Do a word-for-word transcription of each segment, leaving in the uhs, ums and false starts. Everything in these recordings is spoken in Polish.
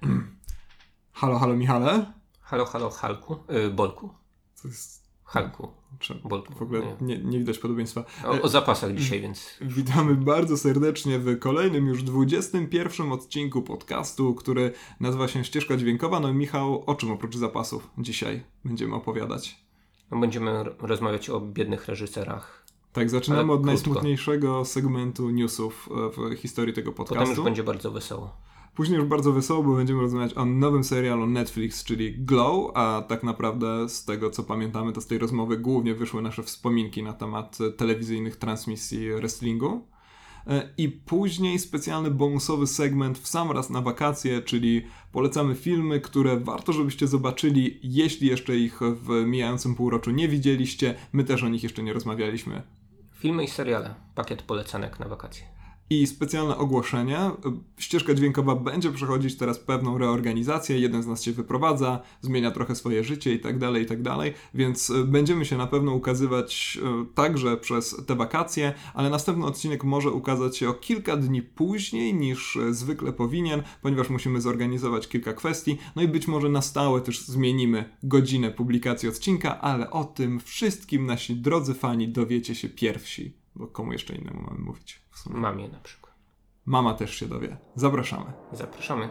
Halo, halo Michale. Halo, halo Halku, yy, Bolku. To jest... Halku, Czy... Bolku. W ogóle nie, nie widać podobieństwa. O, o zapasach dzisiaj, więc... Witamy bardzo serdecznie w kolejnym już dwudziestym pierwszym odcinku podcastu, który nazywa się Ścieżka Dźwiękowa. No i Michał, o czym oprócz zapasów dzisiaj będziemy opowiadać? No, będziemy r- rozmawiać o biednych reżyserach. Tak, zaczynamy od krótko. najsmutniejszego segmentu newsów w historii tego podcastu. Potem już będzie bardzo wesoło. Później już bardzo wesoło, bo będziemy rozmawiać o nowym serialu Netflix, czyli Glow, a tak naprawdę z tego, co pamiętamy, to z tej rozmowy głównie wyszły nasze wspominki na temat telewizyjnych transmisji wrestlingu. I później specjalny bonusowy segment w sam raz na wakacje, czyli polecamy filmy, które warto, żebyście zobaczyli, jeśli jeszcze ich w mijającym półroczu nie widzieliście. My też o nich jeszcze nie rozmawialiśmy. Filmy i seriale. Pakiet polecanek na wakacje. I specjalne ogłoszenie. Ścieżka dźwiękowa będzie przechodzić teraz pewną reorganizację. Jeden z nas się wyprowadza, zmienia trochę swoje życie i tak dalej, i tak dalej. Więc będziemy się na pewno ukazywać także przez te wakacje, ale następny odcinek może ukazać się o kilka dni później niż zwykle powinien, ponieważ musimy zorganizować kilka kwestii. No i być może na stałe też zmienimy godzinę publikacji odcinka, ale o tym wszystkim nasi drodzy fani dowiecie się pierwsi. Bo komu jeszcze innemu mamy mówić? W sumie. Mamie na przykład. Mama też się dowie. Zapraszamy. Zapraszamy.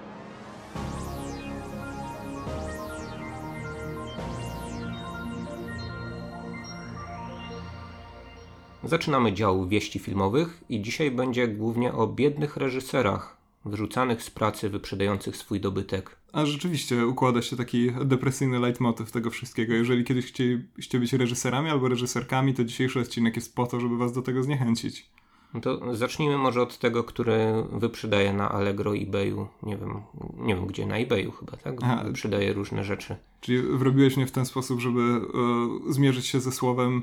Zaczynamy dział wieści filmowych i dzisiaj będzie głównie o biednych reżyserach wyrzucanych z pracy, wyprzedających swój dobytek. A rzeczywiście układa się taki depresyjny leitmotyw tego wszystkiego. Jeżeli kiedyś chcieliście być reżyserami albo reżyserkami, to dzisiejszy odcinek jest po to, żeby was do tego zniechęcić. No to zacznijmy może od tego, który wyprzedaje na Allegro, eBayu, nie wiem, nie wiem gdzie, na eBayu chyba, tak? Aha. Wyprzedaje różne rzeczy. Czyli wrobiłeś mnie w ten sposób, żeby y, zmierzyć się ze słowem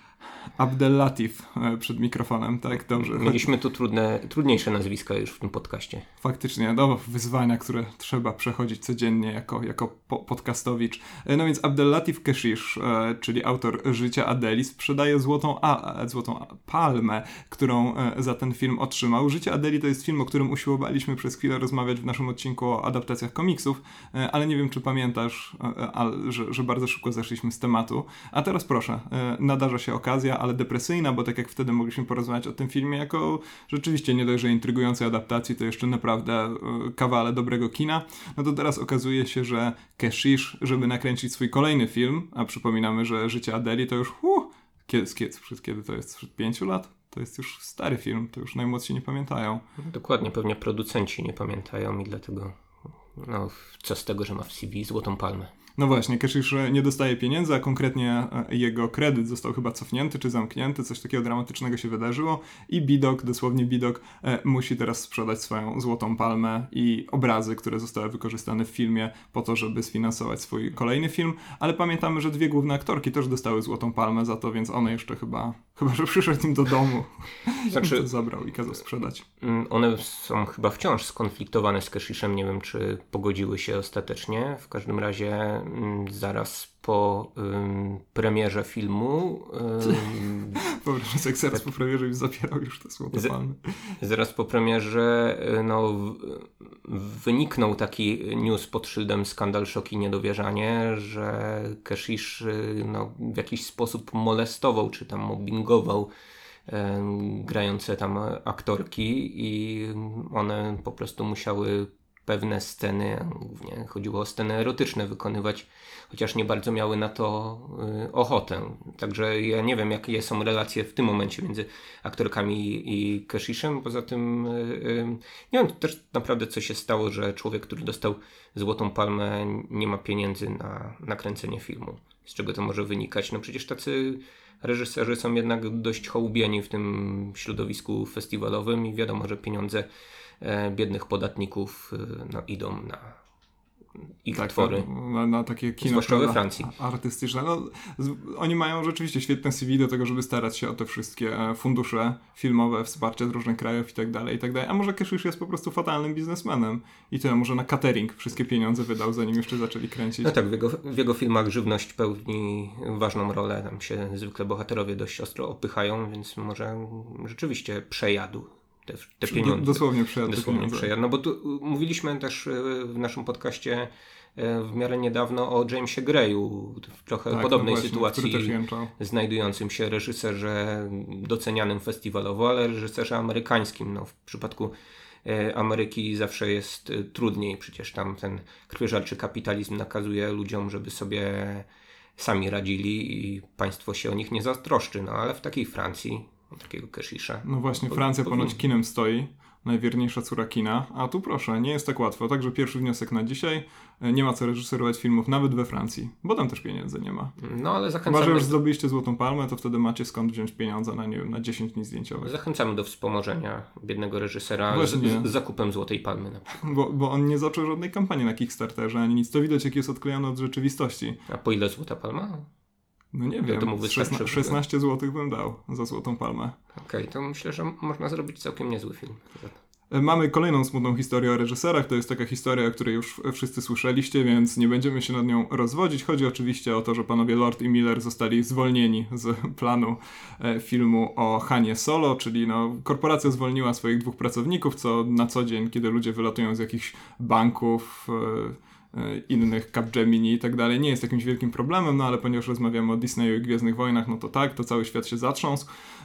Abdellatif przed mikrofonem, tak? Dobrze. Mieliśmy tu trudne, trudniejsze nazwiska już w tym podcaście. Faktycznie, no, wyzwania, które trzeba przechodzić codziennie jako, jako po- podcastowicz. No więc Abdellatif Keshish, czyli autor Życia Adeli, sprzedaje złotą, a, złotą palmę, którą za ten film otrzymał. Życie Adeli to jest film, o którym usiłowaliśmy przez chwilę rozmawiać w naszym odcinku o adaptacjach komiksów, ale nie wiem, czy pamiętasz, że, że bardzo szybko zeszliśmy z tematu. A teraz proszę, nadarza się okazja, ale depresyjna, bo tak jak wtedy mogliśmy porozmawiać o tym filmie jako rzeczywiście nie dość, że intrygującej adaptacji, to jeszcze naprawdę y, kawale dobrego kina. No to teraz okazuje się, że Keshish, żeby nakręcić swój kolejny film, a przypominamy, że Życie Adeli to już uh, kiedy, kiedy, kiedy to jest? Przed pięciu lat? To jest już stary film, to już najmłodsi nie pamiętają. Dokładnie, pewnie producenci nie pamiętają i dlatego no, co z tego, że ma w C V złotą palmę. No właśnie, Keshish nie dostaje pieniędzy, a konkretnie jego kredyt został chyba cofnięty czy zamknięty, coś takiego dramatycznego się wydarzyło i Bidok, dosłownie Bidok, e, musi teraz sprzedać swoją złotą palmę i obrazy, które zostały wykorzystane w filmie po to, żeby sfinansować swój kolejny film, ale pamiętamy, że dwie główne aktorki też dostały złotą palmę za to, więc one jeszcze chyba, chyba że przyszedł im do domu, znaczy, zabrał i kazał sprzedać. One są chyba wciąż skonfliktowane z Keshishem, nie wiem, czy pogodziły się ostatecznie, w każdym razie zaraz po ym, premierze filmu ym, Wyobraź jak zaraz po premierze już zapierał już te słowa palmy. Zaraz po premierze no, w, wyniknął taki news pod szyldem skandal, szok i niedowierzanie, że Keshish no, w jakiś sposób molestował czy tam mobbingował ym, grające tam aktorki i one po prostu musiały pewne sceny, głównie chodziło o sceny erotyczne, wykonywać, chociaż nie bardzo miały na to y, ochotę. Także ja nie wiem, jakie są relacje w tym momencie między aktorkami i Keshishem. Poza tym y, y, nie wiem też naprawdę, co się stało, że człowiek, który dostał złotą palmę, nie ma pieniędzy na nakręcenie filmu. Z czego to może wynikać? No przecież tacy reżyserzy są jednak dość hołubieni w tym środowisku festiwalowym i wiadomo, że pieniądze biednych podatników no, idą na ich tak, twory. Na, na takie kino, zwłaszcza we Francji. Artystyczne. No, z, oni mają rzeczywiście świetne C V do tego, żeby starać się o te wszystkie fundusze filmowe, wsparcie z różnych krajów i tak dalej, i tak dalej. A może Keshish jest po prostu fatalnym biznesmenem i tyle, może na catering wszystkie pieniądze wydał, zanim jeszcze zaczęli kręcić. No tak, w jego, w jego filmach żywność pełni ważną rolę. Tam się zwykle bohaterowie dość ostro opychają, więc może rzeczywiście przejadł te, te pieniądze. Dosłownie przejadł Dosłownie te pieniądze. przejadł. No bo tu mówiliśmy też w naszym podcaście w miarę niedawno o Jamesie Greyu, w trochę tak, podobnej no właśnie, sytuacji, znajdującym się reżyserze docenianym festiwalowo, ale reżyserze amerykańskim. No, w przypadku Ameryki zawsze jest trudniej, przecież tam ten krwiożerczy kapitalizm nakazuje ludziom, żeby sobie sami radzili i państwo się o nich nie zatroszczy, no ale w takiej Francji, takiego Keshisha. No właśnie, Francja po, ponoć kinem stoi, najwierniejsza córa kina, a tu proszę, nie jest tak łatwo. Także pierwszy wniosek na dzisiaj, nie ma co reżyserować filmów nawet we Francji, bo tam też pieniędzy nie ma. No ale zachęcamy... Chyba, że już zdobyliście Złotą Palmę, to wtedy macie skąd wziąć pieniądze na, nie wiem, na dziesięć dni zdjęciowych. Zachęcamy do wspomożenia biednego reżysera z, z zakupem Złotej Palmy na przykład. Bo, bo on nie zaczął żadnej kampanii na Kickstarterze, ani nic. To widać, jak jest odklejone od rzeczywistości. A po ile Złota Palma? No nie wiem, to mu szesna- szesnaście złotych bym dał za Złotą Palmę. Okej, okay, to myślę, że można zrobić całkiem niezły film. Mamy kolejną smutną historię o reżyserach. To jest taka historia, o której już wszyscy słyszeliście, więc nie będziemy się nad nią rozwodzić. Chodzi oczywiście o to, że panowie Lord i Miller zostali zwolnieni z planu filmu o Hanie Solo, czyli no, korporacja zwolniła swoich dwóch pracowników, co na co dzień, kiedy ludzie wylatują z jakichś banków, innych Capgemini i tak dalej, nie jest jakimś wielkim problemem, no ale ponieważ rozmawiamy o Disneyu i Gwiezdnych Wojnach, no to tak, to cały świat się zatrząsł.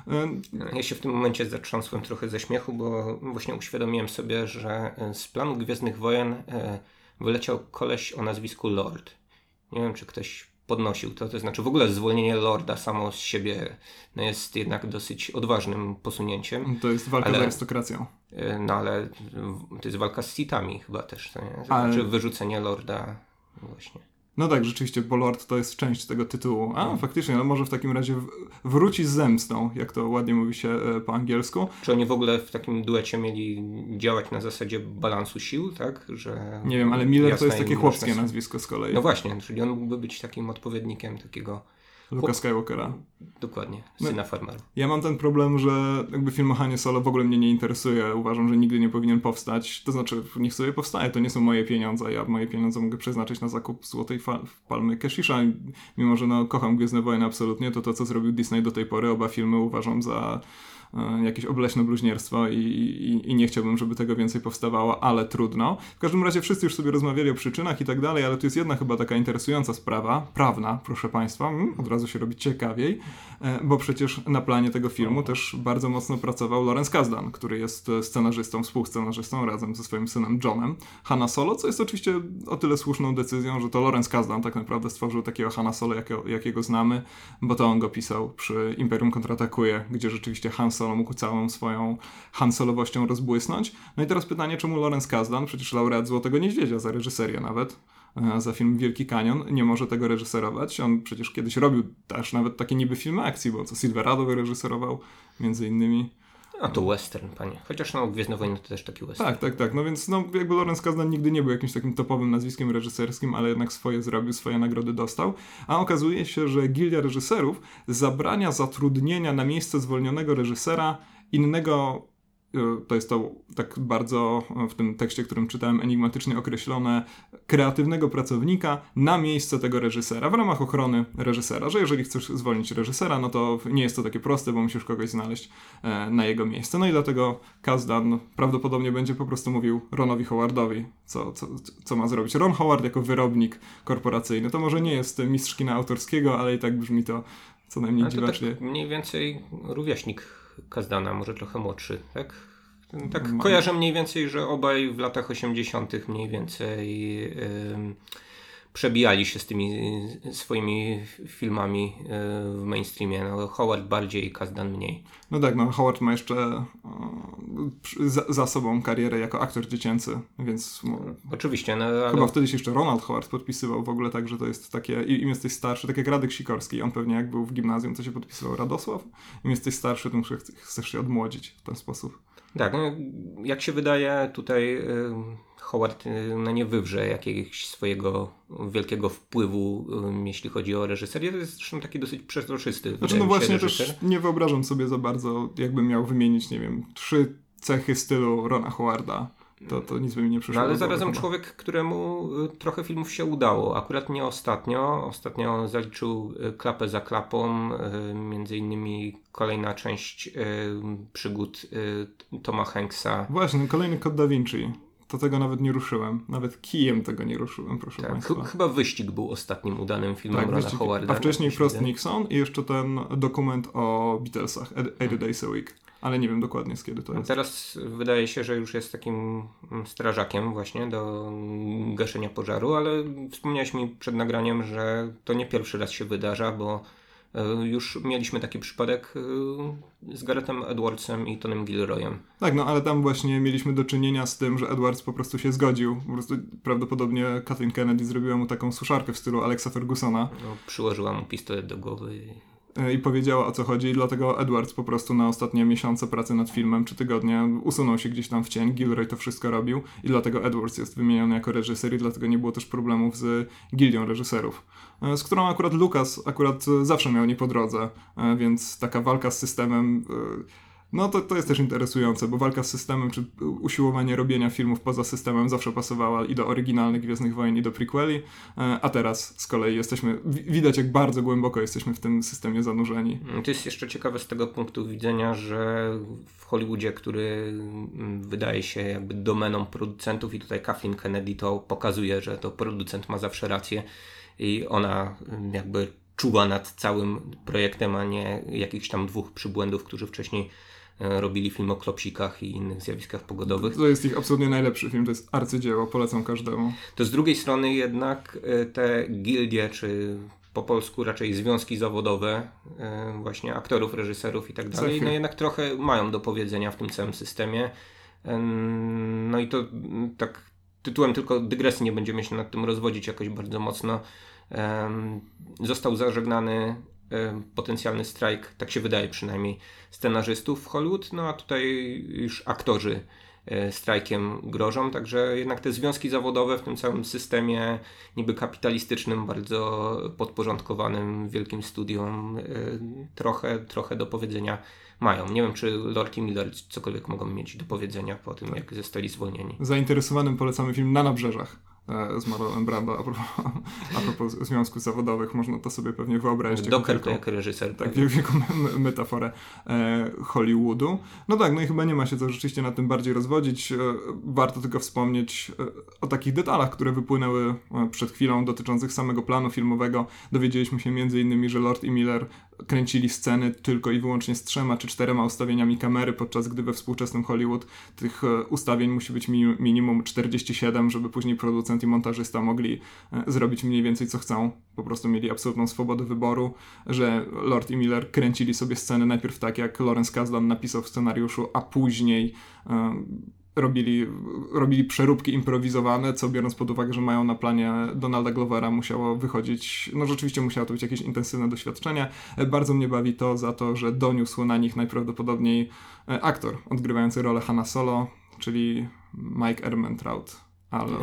Ja się w tym momencie zatrząsłem trochę ze śmiechu, bo właśnie uświadomiłem sobie, że z planu Gwiezdnych Wojen wyleciał koleś o nazwisku Lord. Nie wiem, czy ktoś podnosił to, to znaczy w ogóle zwolnienie Lorda samo z siebie no jest jednak dosyć odważnym posunięciem. To jest walka ale, z arystokracją. No ale to jest walka z Sithami chyba też, to nie? To ale... znaczy wyrzucenie Lorda właśnie. No tak, rzeczywiście, bo Lord to jest część tego tytułu. A, hmm. faktycznie, ale może w takim razie w- wróci z zemstą, jak to ładnie mówi się e, po angielsku. Czy oni w ogóle w takim duecie mieli działać na zasadzie balansu sił, tak? Że nie wiem, ale Miller to jest takie chłopskie nas... nazwisko z kolei. No właśnie, czyli on mógłby być takim odpowiednikiem takiego... Luka Skywalkera. Dokładnie, syna no, farmera. Ja mam ten problem, że jakby film o Hanie Solo w ogóle mnie nie interesuje. Uważam, że nigdy nie powinien powstać. To znaczy, niech sobie powstaje, to nie są moje pieniądze. Ja moje pieniądze mogę przeznaczyć na zakup Złotej fal- Palmy Keshisha. Mimo, że no, kocham Gwiezdne Wojny absolutnie, to to, co zrobił Disney do tej pory, oba filmy uważam za jakieś obleśne bluźnierstwo i, i, i nie chciałbym, żeby tego więcej powstawało, ale trudno. W każdym razie wszyscy już sobie rozmawiali o przyczynach i tak dalej, ale tu jest jedna chyba taka interesująca sprawa, prawna, proszę Państwa, od razu się robi ciekawiej, bo przecież na planie tego filmu też bardzo mocno pracował Lawrence Kasdan, który jest scenarzystą, współscenarzystą razem ze swoim synem Johnem Hanna Solo, co jest oczywiście o tyle słuszną decyzją, że to Lawrence Kasdan tak naprawdę stworzył takiego Hanna Solo, jakiego, jakiego znamy, bo to on go pisał przy Imperium Kontratakuje, gdzie rzeczywiście Han Solo mógł całą swoją Han-Solowością rozbłysnąć. No i teraz pytanie, czemu Lawrence Kasdan, przecież laureat Złotego Niedźwiedzia za reżyserię nawet, za film Wielki Kanion, nie może tego reżyserować. On przecież kiedyś robił też nawet takie niby filmy akcji, bo co Silverado wyreżyserował między innymi. A to western, panie. Chociaż no Gwiezdne Wojny to też taki western. Tak, tak, tak. No więc no jakby Lawrence Kasdan nigdy nie był jakimś takim topowym nazwiskiem reżyserskim, ale jednak swoje zrobił, swoje nagrody dostał. A okazuje się, że Gildia Reżyserów zabrania zatrudnienia na miejsce zwolnionego reżysera innego, to jest to tak bardzo w tym tekście, którym czytałem, enigmatycznie określone, kreatywnego pracownika na miejsce tego reżysera w ramach ochrony reżysera, że jeżeli chcesz zwolnić reżysera, no to nie jest to takie proste, bo musisz kogoś znaleźć na jego miejsce. No i dlatego Kasdan prawdopodobnie będzie po prostu mówił Ronowi Howardowi, co, co, co ma zrobić. Ron Howard jako wyrobnik korporacyjny, to może nie jest mistrz kina autorskiego, ale i tak brzmi to co najmniej dziwacznie. Tak mniej więcej rówieśnik Kasdana, może trochę młodszy, tak? Tak no. Kojarzę mniej więcej, że obaj w latach osiemdziesiątych mniej więcej yy, przebijali się z tymi swoimi filmami yy, w mainstreamie. No, Howard bardziej, Kasdan mniej. No tak, no Howard ma jeszcze yy, za, za sobą karierę jako aktor dziecięcy, więc... No, oczywiście. No, ale... Chyba wtedy się jeszcze Ronald Howard podpisywał w ogóle tak, że to jest takie... Im jesteś starszy, tak jak Radek Sikorski. On pewnie jak był w gimnazjum, to się podpisywał Radosław. Im jesteś starszy, to chcesz się odmłodzić w ten sposób. Tak, no, jak się wydaje, tutaj y, Howard y, no, nie wywrze jakiegoś swojego wielkiego wpływu, y, jeśli chodzi o reżyserię. To jest zresztą taki dosyć przezroczysty. Znaczy, no właśnie reżyser. Też nie wyobrażam sobie za bardzo, jakbym miał wymienić, nie wiem, trzy cechy stylu Rona Howarda to, to nic by mi nie przyszło. No ale do głowy zarazem chyba. człowiek, któremu y, trochę filmów się udało. Akurat nie ostatnio. Ostatnio zaliczył y, klapę za klapą. Y, między innymi kolejna część y, przygód y, Toma Hanksa. Właśnie, kolejny Kod Da Vinci. To tego nawet nie ruszyłem. Nawet kijem tego nie ruszyłem, proszę Tak, Państwa. ch- chyba Wyścig był ostatnim udanym filmem Tak, Rona wyścig. Howarda. A wcześniej jeśli Frost wiem. Nixon i jeszcze ten dokument o Beatlesach, eighty Days a Week. Ale nie wiem dokładnie z kiedy to jest. Teraz wydaje się, że już jest takim strażakiem właśnie do gaszenia pożaru, ale wspomniałeś mi przed nagraniem, że to nie pierwszy raz się wydarza, bo y, już mieliśmy taki przypadek y, z Garethem Edwardsem i Tonym Gilroyem. Tak, no ale tam właśnie mieliśmy do czynienia z tym, że Edwards po prostu się zgodził. Po prostu prawdopodobnie Kathleen Kennedy zrobiła mu taką suszarkę w stylu Alexa Fergusona No, przyłożyła mu pistolet do głowy. e, i powiedziała, o co chodzi, i dlatego Edwards po prostu na ostatnie miesiące pracy nad filmem, czy tygodnie, usunął się gdzieś tam w cień. Gilroy to wszystko robił i dlatego Edwards jest wymieniony jako reżyser i dlatego nie było też problemów z gildią reżyserów, e, z którą akurat Lucas akurat e, zawsze miał nie po drodze, e, więc taka walka z systemem... e, No to, to jest też interesujące, bo walka z systemem, czy usiłowanie robienia filmów poza systemem zawsze pasowała i do oryginalnych Gwiezdnych Wojen, i do prequeli, a teraz z kolei jesteśmy, widać jak bardzo głęboko jesteśmy w tym systemie zanurzeni. To jest jeszcze ciekawe z tego punktu widzenia, że w Hollywoodzie, który wydaje się jakby domeną producentów i tutaj Kathleen Kennedy to pokazuje, że to producent ma zawsze rację i ona jakby czuwa nad całym projektem, a nie jakichś tam dwóch przybłędów, którzy wcześniej robili film o klopsikach i innych zjawiskach pogodowych. To jest ich absolutnie najlepszy film, to jest arcydzieło, polecam każdemu. To z drugiej strony jednak te gildie, czy po polsku raczej związki zawodowe, właśnie aktorów, reżyserów i tak dalej, no jednak trochę mają do powiedzenia w tym całym systemie. No i to tak tytułem tylko dygresji, nie będziemy się nad tym rozwodzić jakoś bardzo mocno. Został zażegnany potencjalny strajk, tak się wydaje przynajmniej, scenarzystów w Hollywood, no a tutaj już aktorzy strajkiem grożą, także jednak te związki zawodowe w tym całym systemie niby kapitalistycznym, bardzo podporządkowanym wielkim studiom trochę, trochę do powiedzenia mają. Nie wiem, czy Lord i Miller cokolwiek mogą mieć do powiedzenia po tym, tak, jak zostali zwolnieni. Zainteresowanym polecamy film Na nabrzeżach z Marlonem Brando. A propos, a propos związków zawodowych, można to sobie pewnie wyobrazić. Docker to jak reżyser. Tak, wielką metaforę e, Hollywoodu. No tak, no i chyba nie ma się co rzeczywiście na tym bardziej rozwodzić. E, warto tylko wspomnieć e, o takich detalach, które wypłynęły e, przed chwilą dotyczących samego planu filmowego. Dowiedzieliśmy się między innymi, że Lord i Miller kręcili sceny tylko i wyłącznie z trzema czy czterema ustawieniami kamery, podczas gdy we współczesnym Hollywood tych e, ustawień musi być mi, minimum czterdzieści siedem, żeby później producent i montażysta mogli e, zrobić mniej więcej co chcą. Po prostu mieli absolutną swobodę wyboru, że Lord i Miller kręcili sobie sceny najpierw tak, jak Lawrence Kasdan napisał w scenariuszu, a później e, robili, robili przeróbki improwizowane, co biorąc pod uwagę, że mają na planie Donalda Glovera, musiało wychodzić, no rzeczywiście musiało to być jakieś intensywne doświadczenie. Bardzo mnie bawi to za to, że doniósł na nich najprawdopodobniej aktor odgrywający rolę Hanna Solo, czyli Mike Ehrmantraut. Ale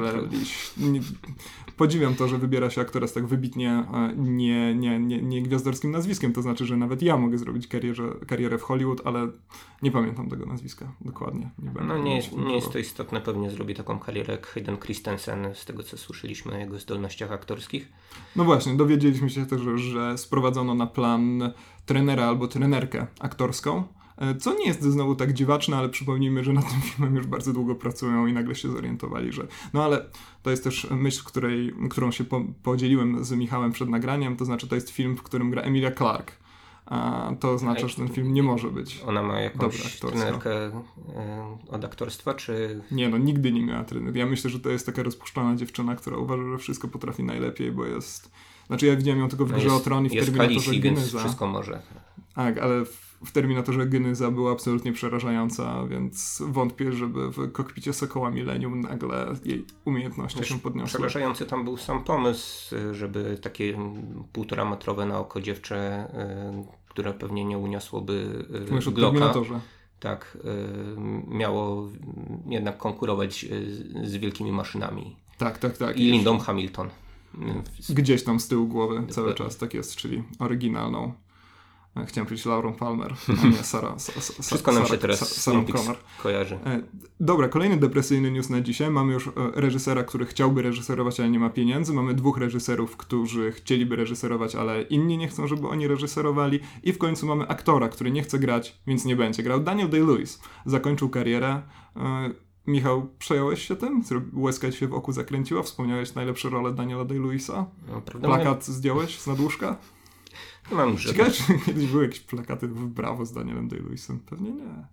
podziwiam to, że wybiera się aktora z tak wybitnie nie, nie, nie, nie gwiazdorskim nazwiskiem, to znaczy, że nawet ja mogę zrobić karierę, karierę w Hollywood, ale nie pamiętam tego nazwiska dokładnie. Nie no nie jest, nie jest to istotne, pewnie zrobi taką karierę jak Hayden Christensen, z tego co słyszeliśmy o jego zdolnościach aktorskich. No właśnie, dowiedzieliśmy się też, że sprowadzono na plan trenera albo trenerkę aktorską, co nie jest znowu tak dziwaczne, ale przypomnijmy, że nad tym filmem już bardzo długo pracują i nagle się zorientowali, że... No ale to jest też myśl, której, którą się po, podzieliłem z Michałem przed nagraniem, to znaczy to jest film, w którym gra Emilia Clarke. A to oznacza, że ten film nie może być Ona ma jakąś trenerkę od aktorstwa, czy... Nie, no nigdy nie miała trenerki. Ja myślę, że to jest taka rozpuszczona dziewczyna, która uważa, że wszystko potrafi najlepiej, bo jest... Znaczy ja widziałem ją tylko w no Grze jest, o Tron i w jest Terminatorze Khaleesi, Genyza. Więc wszystko może. Tak, ale w, w Terminatorze Genyza była absolutnie przerażająca, więc wątpię, żeby w kokpicie Sokoła Millennium nagle jej umiejętności Wiesz, się podniosły. Przerażający tam był sam pomysł, żeby takie półtora metrowe na oko dziewczę, które pewnie nie uniosłoby Mówisz o Glocka. Terminatorze. Tak, miało jednak konkurować z wielkimi maszynami. Tak, tak, tak. I Lindą Hamilton. Gdzieś tam z tyłu głowy cały czas tak jest, czyli oryginalną. Chciałem powiedzieć Laurą Palmer, a nie Sarah, sa, sa, Wszystko nam Sarah, się teraz sa, z Sarah Twin Peaks Connor. kojarzy. Dobra, kolejny depresyjny news na dzisiaj. Mamy już reżysera, który chciałby reżyserować, ale nie ma pieniędzy. Mamy dwóch reżyserów, którzy chcieliby reżyserować, ale inni nie chcą, żeby oni reżyserowali. I w końcu mamy aktora, który nie chce grać, więc nie będzie grał. Daniel Day-Lewis zakończył karierę. Michał, przejąłeś się tym? Łezka ci się w oku zakręciła? Wspomniałeś najlepsze role Daniela Day-Lewisa? No, Plakat zdjąłeś z nadłóżka? No mam już. Ciekawe, czy kiedyś były jakieś plakaty w Brawo z Danielem Day-Lewisem? Pewnie nie.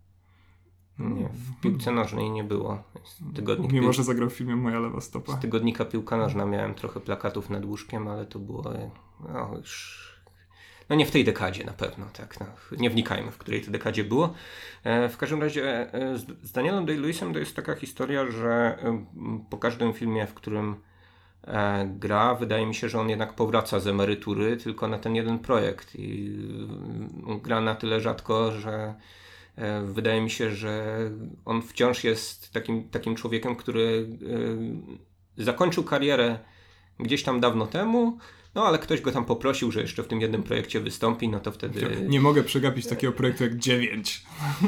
Nie, w piłce nożnej nie było. Tygodnik Mimo, pił... że zagrał w filmie Moja lewa stopa. Z tygodnika Piłka Nożna miałem trochę plakatów nad łóżkiem, ale to było no już... No nie w tej dekadzie na pewno, tak. No. Nie wnikajmy, w której to dekadzie było. E, w każdym razie e, z, z Danielem Day-Lewisem to jest taka historia, że e, po każdym filmie, w którym e, gra, wydaje mi się, że on jednak powraca z emerytury tylko na ten jeden projekt. I e, gra na tyle rzadko, że e, wydaje mi się, że on wciąż jest takim, takim człowiekiem, który e, zakończył karierę gdzieś tam dawno temu. No, ale ktoś go tam poprosił, że jeszcze w tym jednym projekcie wystąpi, no to wtedy... Nie mogę przegapić takiego projektu jak dziewięć.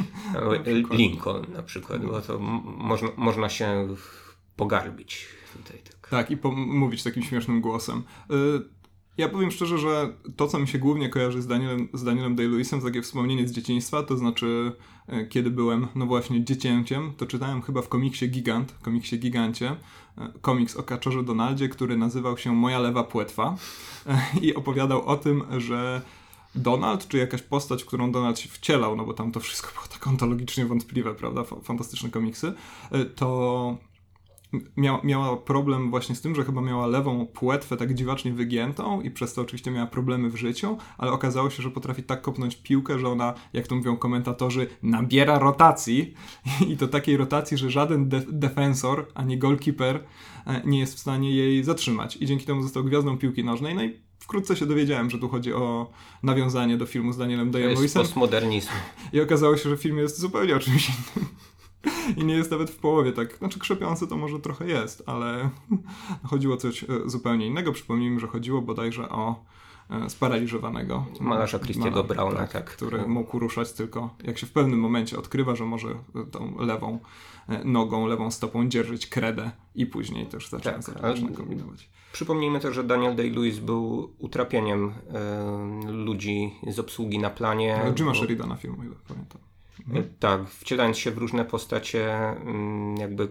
No, Lincoln na przykład, bo to m- można, można się pogarbić tutaj. Tak, tak i po- mówić takim śmiesznym głosem. Y- ja powiem szczerze, że to, co mi się głównie kojarzy z Danielem, z Danielem Day-Lewisem, takie wspomnienie z dzieciństwa, to znaczy, y- kiedy byłem, no właśnie, dziecięciem, to czytałem chyba w komiksie Gigant, komiksie Gigancie, y- komiks o kaczorze Donaldzie, który nazywał się Moja lewa płetwa y- i opowiadał o tym, że Donald, czy jakaś postać, w którą Donald się wcielał, no bo tam to wszystko było tak ontologicznie wątpliwe, prawda, F- fantastyczne komiksy, y- to... Mia, miała problem właśnie z tym, że chyba miała lewą płetwę tak dziwacznie wygiętą i przez to oczywiście miała problemy w życiu, ale okazało się, że potrafi tak kopnąć piłkę, że ona, jak to mówią komentatorzy, nabiera rotacji i to takiej rotacji, że żaden de- defensor ani goalkeeper nie jest w stanie jej zatrzymać i dzięki temu został gwiazdą piłki nożnej. No i wkrótce się dowiedziałem, że tu chodzi o nawiązanie do filmu z Danielem Day-Lewisem. To jest postmodernizm. I okazało się, że film jest zupełnie o czymś innym. I nie jest nawet w połowie tak, znaczy krzepiący to może trochę jest, ale chodziło o coś zupełnie innego. Przypomnijmy, że chodziło bodajże o sparaliżowanego malarza Christiego Browna, tak, tak. który mógł ruszać tylko, jak się w pewnym momencie odkrywa, że może tą lewą nogą, lewą stopą dzierżyć kredę i później też zaczyna tak, zaczyna kombinować. Przypomnijmy też, że Daniel Day-Lewis był utrapieniem e, ludzi z obsługi na planie. Ale Jima bo... Sheridana filmu, ile pamiętam. Mhm. Tak, wcielając się w różne postacie, jakby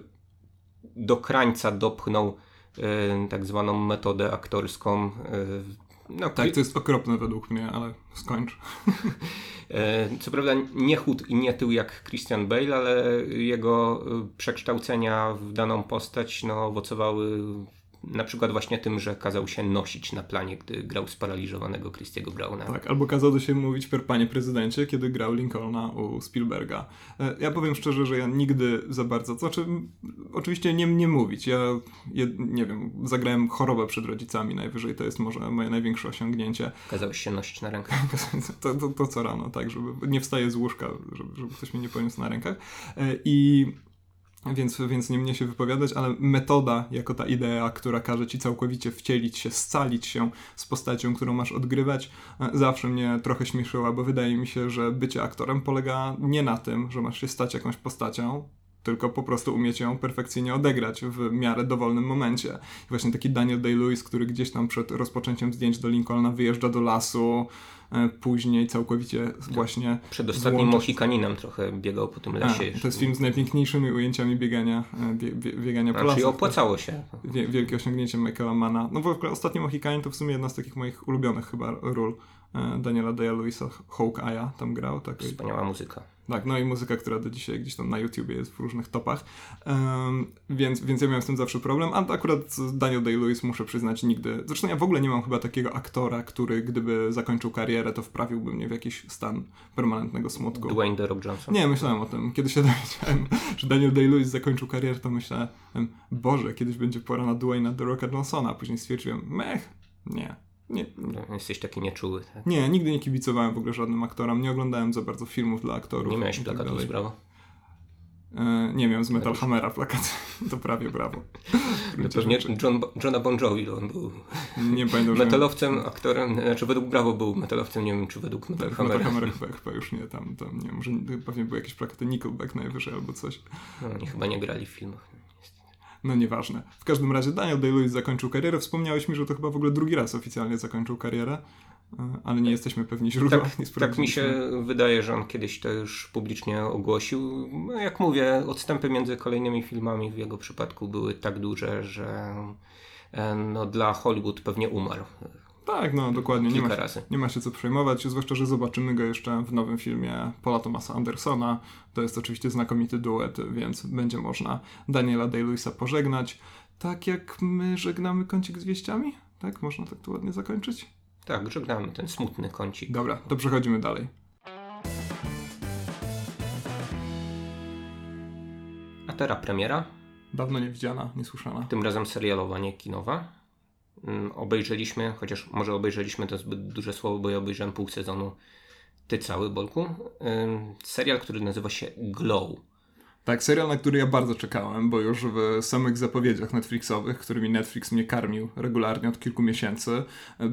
do krańca dopchnął y, tak zwaną metodę aktorską. Y, no, tak, to jest okropne według mnie, ale skończ. y, co prawda nie chód i nie tył jak Christian Bale, ale jego przekształcenia w daną postać no, owocowały na przykład właśnie tym, że kazał się nosić na planie, gdy grał sparaliżowanego Christiego Browna. Tak, albo kazał do siebie mówić per panie prezydencie, kiedy grał Lincolna u Spielberga. Ja powiem szczerze, że ja nigdy za bardzo, to znaczy oczywiście nie, nie mówić, ja je, nie wiem, zagrałem chorobę przed rodzicami najwyżej, to jest może moje największe osiągnięcie. Kazał się nosić na rękach. to, to, to co rano, tak, żeby nie wstaję z łóżka, żeby, żeby ktoś mnie nie poniósł na rękach. I Więc, więc nie mnie się wypowiadać, ale metoda jako ta idea, która każe ci całkowicie wcielić się, scalić się z postacią, którą masz odgrywać, zawsze mnie trochę śmieszyła, bo wydaje mi się, że bycie aktorem polega nie na tym, że masz się stać jakąś postacią, tylko po prostu umieć ją perfekcyjnie odegrać w miarę dowolnym momencie. I właśnie taki Daniel Day-Lewis, który gdzieś tam przed rozpoczęciem zdjęć do Lincolna wyjeżdża do lasu, później całkowicie właśnie... Przed ostatnim włącza... Mohikaninem trochę biegał po tym lesie. A, to jest film z najpiękniejszymi ujęciami biegania, bie, bie, biegania po lasach. Czyli lasach. opłacało się. Wie, wielkie osiągnięcie Michaela Manna. No w ogóle Ostatni Mohikanin to w sumie jedna z takich moich ulubionych chyba ról Daniela Day-Lewisa, Hawkeye'a tam grał. Tak, wspaniała muzyka. Tak, no i muzyka, która do dzisiaj gdzieś tam na YouTubie jest w różnych topach, um, więc, więc ja miałem z tym zawsze problem, a akurat Daniel Day-Lewis, muszę przyznać, nigdy, zresztą ja w ogóle nie mam chyba takiego aktora, który gdyby zakończył karierę, to wprawiłby mnie w jakiś stan permanentnego smutku. Dwayne The Rock Johnson? Nie, myślałem o tym. Kiedy się dowiedziałem, że Daniel Day-Lewis zakończył karierę, to myślałem, Boże, kiedyś będzie pora na Dwayna The Rocka Johnsona, a później stwierdziłem, mech, nie. Nie, nie. Jesteś taki nieczuły. Tak? Nie, nigdy nie kibicowałem w ogóle żadnym aktorom, nie oglądałem za bardzo filmów dla aktorów. Nie miałeś plakatu z Brawo? E, nie miałem z Metal Hammera plakat, to prawie brawo. No pewnie John, Johna Bon Jovi, on był nie pamiętam, metalowcem, że... aktorem, znaczy według Bravo był metalowcem, nie wiem czy według Metal Hammera. Metal Hammer chyba, chyba już nie, tam, tam nie, może pewnie były jakieś plakaty Nickelback najwyżej albo coś. No oni chyba nie grali w filmach. No nieważne. W każdym razie Daniel Day-Lewis zakończył karierę. Wspomniałeś mi, że to chyba w ogóle drugi raz oficjalnie zakończył karierę, ale nie jesteśmy pewni źródła. Tak, tak mi się wydaje, że on kiedyś to już publicznie ogłosił. No, jak mówię, odstępy między kolejnymi filmami w jego przypadku były tak duże, że no, dla Hollywood pewnie umarł. Tak, no dokładnie. Nie ma, się, razy. nie ma się co przejmować, zwłaszcza, że zobaczymy go jeszcze w nowym filmie Paula Thomasa Andersona. To jest oczywiście znakomity duet, więc będzie można Daniela Day-Lewisa pożegnać. Tak jak my żegnamy kącik z wieściami? Tak? Można tak to ładnie zakończyć? Tak, żegnamy ten smutny kącik. Dobra, to przechodzimy dalej. A teraz premiera. Dawno nie widziana, niesłyszana. Tym razem serialowa, nie kinowa. Obejrzeliśmy, chociaż może obejrzeliśmy to zbyt duże słowo, bo ja obejrzałem pół sezonu. Ty cały, Bolku. Serial, który nazywa się Glow. Tak, serial, na który ja bardzo czekałem, bo już w samych zapowiedziach Netflixowych, którymi Netflix mnie karmił regularnie od kilku miesięcy,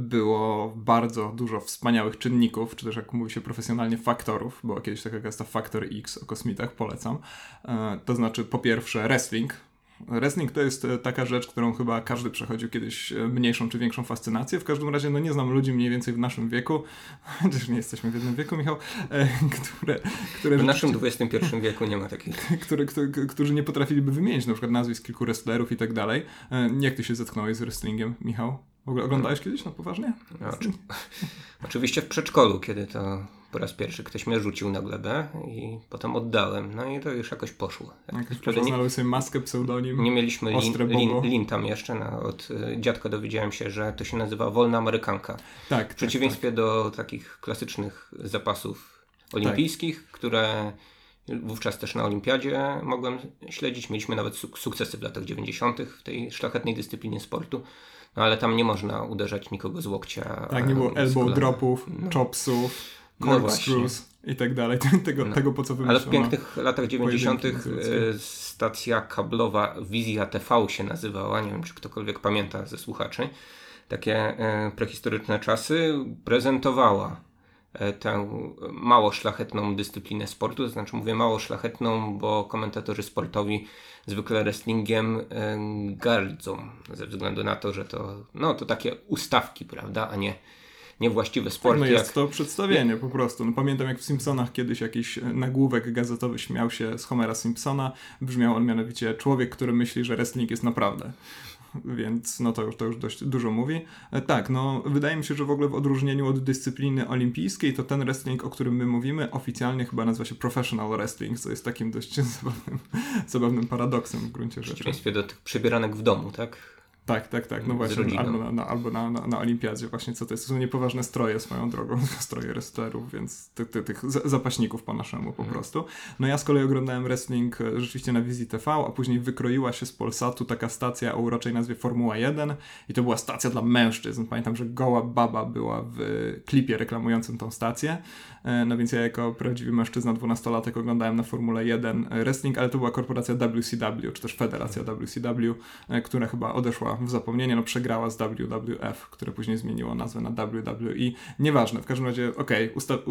było bardzo dużo wspaniałych czynników, czy też jak mówi się profesjonalnie faktorów. Była kiedyś taka gazeta Factor X o kosmitach, polecam. To znaczy po pierwsze wrestling. Wrestling to jest taka rzecz, którą chyba każdy przechodził kiedyś mniejszą czy większą fascynację. W każdym razie no nie znam ludzi mniej więcej w naszym wieku, chociaż nie jesteśmy w jednym wieku, Michał, które... które w naszym dwudziestym pierwszym wieku nie ma takich. Które, które, którzy nie potrafiliby wymienić na przykład nazwisk kilku wrestlerów i tak dalej. Jak ty się zetknąłeś z wrestlingiem, Michał? W ogóle oglądałeś kiedyś na poważnie? No, oczy... Oczywiście w przedszkolu, kiedy to po raz pierwszy ktoś mnie rzucił na glebę i potem oddałem. No i to już jakoś poszło. Jakoś poszło, nie... znalazłeś sobie maskę, pseudonim. Nie mieliśmy lin, lin, lin tam jeszcze. No, od y, dziadka dowiedziałem się, że to się nazywa wolna amerykanka. Tak, w przeciwieństwie tak, tak. do takich klasycznych zapasów olimpijskich, tak. które wówczas też na olimpiadzie mogłem śledzić. Mieliśmy nawet suk- sukcesy w latach dziewięćdziesiątych w tej szlachetnej dyscyplinie sportu. No ale tam nie można uderzać nikogo z łokcia. Tak, nie było elbow dropów, no. chopsów, corkscrews no i tak dalej. Tego, no. tego po co wymyślono. Ale w pięknych latach dziewięćdziesiątych stacja kablowa Wizja T V się nazywała. Nie wiem, czy ktokolwiek pamięta ze słuchaczy. Takie e, prehistoryczne czasy prezentowała e, tę mało szlachetną dyscyplinę sportu. To znaczy mówię mało szlachetną, bo komentatorzy sportowi zwykle wrestlingiem y, gardzą, ze względu na to, że to, no, to takie ustawki, prawda, a nie niewłaściwe sporty. No jest jak... to przedstawienie po prostu. No, pamiętam jak w Simpsonach kiedyś jakiś nagłówek gazetowy śmiał się z Homera Simpsona. Brzmiał on mianowicie człowiek, który myśli, że wrestling jest naprawdę. Więc no to już, to już dość dużo mówi. E, tak, no wydaje mi się, że w ogóle w odróżnieniu od dyscypliny olimpijskiej, to ten wrestling, o którym my mówimy, oficjalnie chyba nazywa się professional wrestling, co jest takim dość zabawnym, zabawnym paradoksem w gruncie rzeczy. W przeciwieństwie do tych przybieranek w domu, tak? Tak, tak, tak. No właśnie, albo, na, na, albo na, na, na olimpiadzie właśnie, co to jest? To są niepoważne stroje swoją drogą, stroje wrestlerów, więc ty, ty, tych zapaśników po naszemu po prostu. No ja z kolei oglądałem wrestling rzeczywiście na Wizji T V, a później wykroiła się z Polsatu taka stacja o uroczej nazwie Formuła jeden i to była stacja dla mężczyzn. Pamiętam, że goła baba była w klipie reklamującym tą stację, no więc ja jako prawdziwy mężczyzna dwunastolatek oglądałem na Formule jeden wrestling, ale to była korporacja W C W, czy też Federacja W C W, która chyba odeszła w zapomnienie, no przegrała z W W F, które później zmieniło nazwę na W W E. Nieważne, w każdym razie, okej, okay, usta-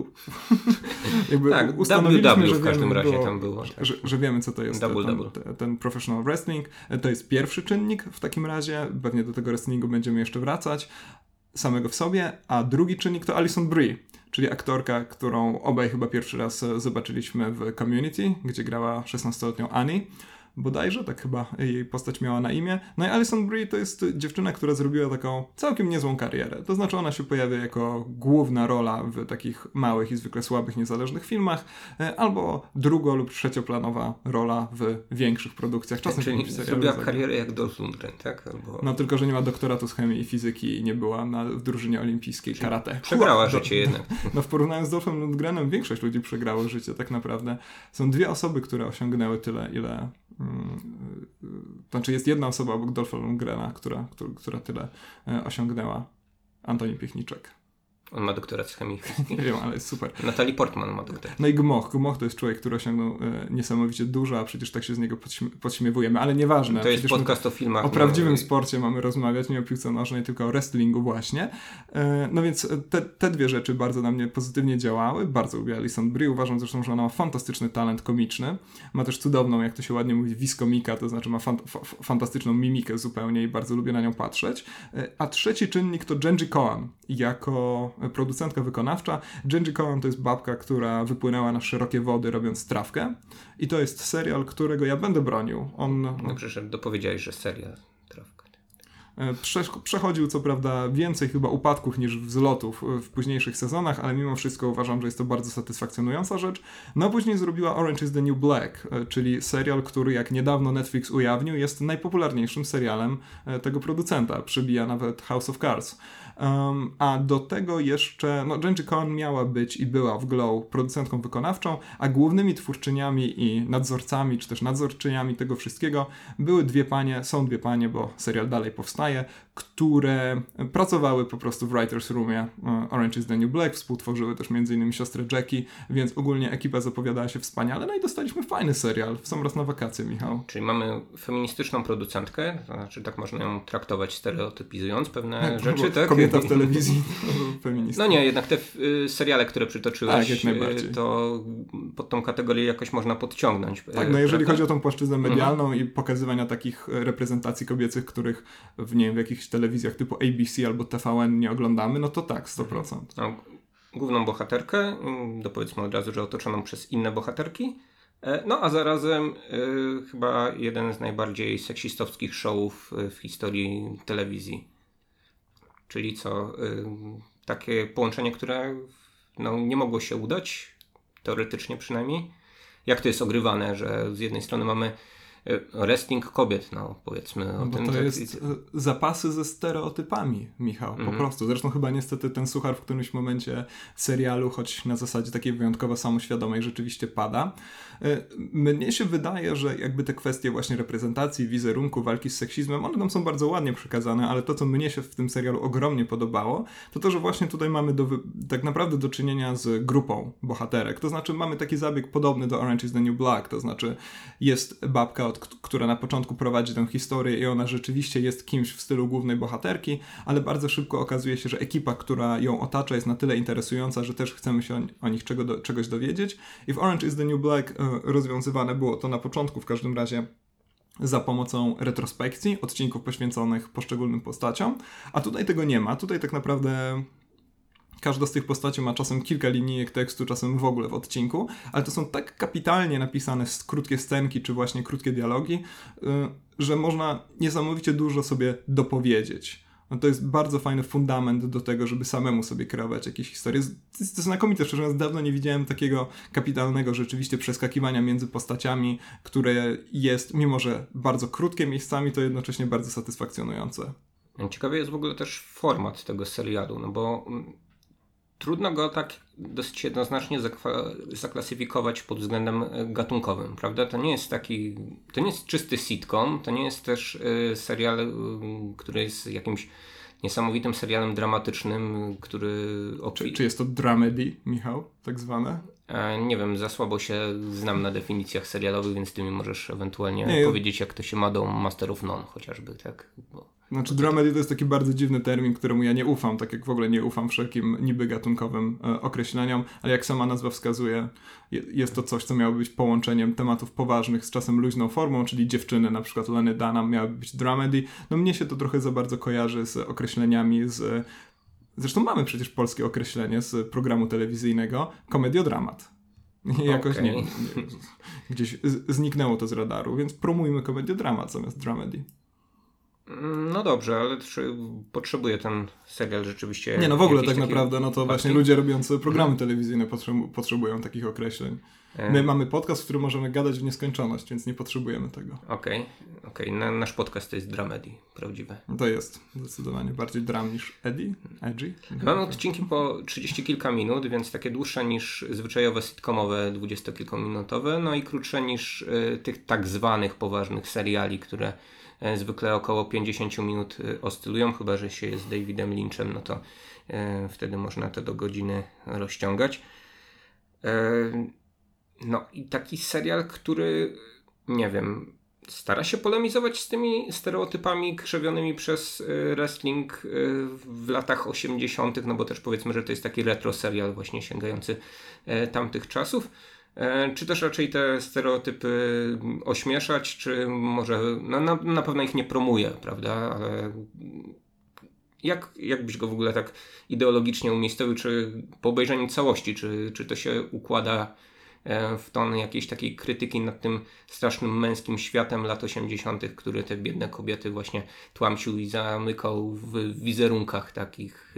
jakby tak, ustanowiliśmy, W W że w każdym wiemy, razie było, tam było. Tak. Że, że wiemy, co to jest double, ten, double. ten, ten professional wrestling. To jest pierwszy czynnik w takim razie, pewnie do tego wrestlingu będziemy jeszcze wracać, samego w sobie, a drugi czynnik to Alison Brie, czyli aktorka, którą obaj chyba pierwszy raz zobaczyliśmy w Community, gdzie grała szesnastoletnią Annie. Bodajże, tak chyba jej postać miała na imię. No i Alison Brie to jest dziewczyna, która zrobiła taką całkiem niezłą karierę. To znaczy ona się pojawia jako główna rola w takich małych i zwykle słabych, niezależnych filmach, albo drugo- lub trzecioplanowa rola w większych produkcjach. Czasem czyli zrobiła karierę jak Dolph Lundgren, tak? Albo... No tylko, że nie ma doktoratu z chemii i fizyki i nie była na, w drużynie olimpijskiej czyli karate. Przegrała Ua, życie do, jednak. No w porównaniu z Dolphem Lundgrenem większość ludzi przegrało życie tak naprawdę. Są dwie osoby, które osiągnęły tyle, ile... To znaczy jest jedna osoba obok Dolpha Lundgrena, która, która, która tyle osiągnęła. Antoni Piechniczek. On ma doktorat z chemii fizyki. Nie wiem, ale jest super. Natalie Portman ma doktorat. No i Gmoch. Gmoch to jest człowiek, który osiągnął e, niesamowicie dużo, a przecież tak się z niego podśmie- podśmiewujemy, ale nieważne. To jest Przecież podcast o filmach. O prawdziwym no, sporcie mamy rozmawiać, nie o piłce nożnej, tylko o wrestlingu właśnie. E, no więc te, te dwie rzeczy bardzo na mnie pozytywnie działały. Bardzo lubię Alison Brie. Uważam zresztą, że ona ma fantastyczny talent komiczny. Ma też cudowną, jak to się ładnie mówi, wiskomika, to znaczy ma fan- f- fantastyczną mimikę zupełnie i bardzo lubię na nią patrzeć. E, a trzeci czynnik to Jenji Kohan jako producentka wykonawcza. Jenji Kohan to jest babka, która wypłynęła na szerokie wody robiąc Trawkę i to jest serial, którego ja będę bronił. On... No przecież dopowiedziałeś, że serial Trawka. Prze- przechodził co prawda więcej chyba upadków niż wzlotów w późniejszych sezonach, ale mimo wszystko uważam, że jest to bardzo satysfakcjonująca rzecz. No później zrobiła Orange is the New Black, czyli serial, który jak niedawno Netflix ujawnił, jest najpopularniejszym serialem tego producenta. Przybija nawet House of Cards. Um, a do tego jeszcze, no Jenji Kohan miała być i była w Glow producentką wykonawczą, a głównymi twórczyniami i nadzorcami, czy też nadzorczyniami tego wszystkiego były dwie panie, są dwie panie, bo serial dalej powstaje, które pracowały po prostu w writers roomie Orange is the New Black, współtworzyły też między innymi siostrę Jackie, więc ogólnie ekipa zapowiadała się wspaniale, no i dostaliśmy fajny serial w sam raz na wakacje, Michał. Czyli mamy feministyczną producentkę, to znaczy tak można ją traktować stereotypizując pewne rzeczy, tak? Kobieta w telewizji feministka. No nie, jednak te y, seriale, które przytoczyłeś, tak, jak najbardziej. Y, to pod tą kategorię jakoś można podciągnąć. Tak, no jeżeli prawda? chodzi o tą płaszczyznę medialną mhm. i pokazywania takich reprezentacji kobiecych, których w, nie wiem, w jakichś telewizjach typu A B C albo T V N nie oglądamy, no to tak, sto procent. No, główną bohaterkę, dopowiedzmy od razu, że otoczoną przez inne bohaterki, no a zarazem y, chyba jeden z najbardziej seksistowskich showów w historii telewizji. Czyli co, y, takie połączenie, które no, nie mogło się udać, teoretycznie przynajmniej. Jak to jest ogrywane, że z jednej strony mamy wrestling kobiet, no powiedzmy o no bo tym. to tak, jest zapasy ze stereotypami, Michał, mm-hmm. po prostu. Zresztą chyba niestety ten suchar w którymś momencie serialu, choć na zasadzie takiej wyjątkowo samoświadomej, rzeczywiście pada. Mnie się wydaje, że jakby te kwestie właśnie reprezentacji, wizerunku, walki z seksizmem, one tam są bardzo ładnie przekazane, ale to, co mnie się w tym serialu ogromnie podobało, to to, że właśnie tutaj mamy do, tak naprawdę do czynienia z grupą bohaterek. To znaczy mamy taki zabieg podobny do Orange is the New Black, to znaczy jest babka, od, która na początku prowadzi tę historię i ona rzeczywiście jest kimś w stylu głównej bohaterki, ale bardzo szybko okazuje się, że ekipa, która ją otacza, jest na tyle interesująca, że też chcemy się o, o nich czego do, czegoś dowiedzieć. I w Orange is the New Black rozwiązywane było to na początku w każdym razie za pomocą retrospekcji, odcinków poświęconych poszczególnym postaciom, a tutaj tego nie ma. Tutaj tak naprawdę każda z tych postaci ma czasem kilka linijek tekstu, czasem w ogóle w odcinku, ale to są tak kapitalnie napisane krótkie scenki, czy właśnie krótkie dialogi, że można niesamowicie dużo sobie dopowiedzieć. No to jest bardzo fajny fundament do tego, żeby samemu sobie kreować jakieś historie. To jest znakomite, szczerze mówiąc, dawno nie widziałem takiego kapitalnego rzeczywiście przeskakiwania między postaciami, które jest, mimo że bardzo krótkie miejscami, to jednocześnie bardzo satysfakcjonujące. Ciekawy jest w ogóle też format tego serialu, no bo trudno go tak dosyć jednoznacznie zakwa- zaklasyfikować pod względem gatunkowym, prawda? To nie jest taki, to nie jest czysty sitcom, to nie jest też y, serial, y, który jest jakimś niesamowitym serialem dramatycznym, który... Opi- czy, czy jest to dramedy, Michał, tak zwane? E, nie wiem, za słabo się znam na definicjach serialowych, więc ty mi możesz ewentualnie nie, powiedzieć, jak to się ma do Master of None chociażby, tak? Bo... Znaczy dramedy to jest taki bardzo dziwny termin, któremu ja nie ufam, tak jak w ogóle nie ufam wszelkim niby gatunkowym e, określeniom, ale jak sama nazwa wskazuje, je, jest to coś, co miało być połączeniem tematów poważnych z czasem luźną formą, czyli dziewczyny, na przykład Leny Dunham miały być dramedy. No mnie się to trochę za bardzo kojarzy z określeniami z... Zresztą mamy przecież polskie określenie z programu telewizyjnego, komediodramat. Jakoś okay. nie, nie, gdzieś z, zniknęło to z radaru, więc promujmy komediodramat zamiast dramedy. No dobrze, ale czy potrzebuje ten serial rzeczywiście... Nie, no w ogóle tak naprawdę, no to bardziej? właśnie ludzie robiący programy hmm. telewizyjne potrzebu- potrzebują takich określeń. My hmm. mamy podcast, w którym możemy gadać w nieskończoność, więc nie potrzebujemy tego. Okej, okay. okej. Okay. Nasz podcast to jest dramedy, prawdziwe. No to jest zdecydowanie bardziej dram niż Eddie, edgy. Mamy odcinki po trzydzieści kilka minut, więc takie dłuższe niż zwyczajowe sitcomowe dwudziestokilkuminutowe, no i krótsze niż y, tych tak zwanych poważnych seriali, które e, zwykle około pięćdziesiąt minut e, oscylują, chyba że się jest Davidem Lynchem, no to e, wtedy można to do godziny rozciągać. E, no i taki serial, który, nie wiem, stara się polemizować z tymi stereotypami krzewionymi przez wrestling w latach osiemdziesiątych, no bo też powiedzmy, że to jest taki retro serial właśnie sięgający tamtych czasów. Czy też raczej te stereotypy ośmieszać, czy może, no na, na pewno ich nie promuje, prawda, ale jak, jak byś go w ogóle tak ideologicznie umiejscowił, czy po obejrzeniu całości, czy, czy to się układa w ton jakiejś takiej krytyki nad tym strasznym męskim światem lat osiemdziesiątych, który te biedne kobiety właśnie tłamsił i zamykał w wizerunkach takich,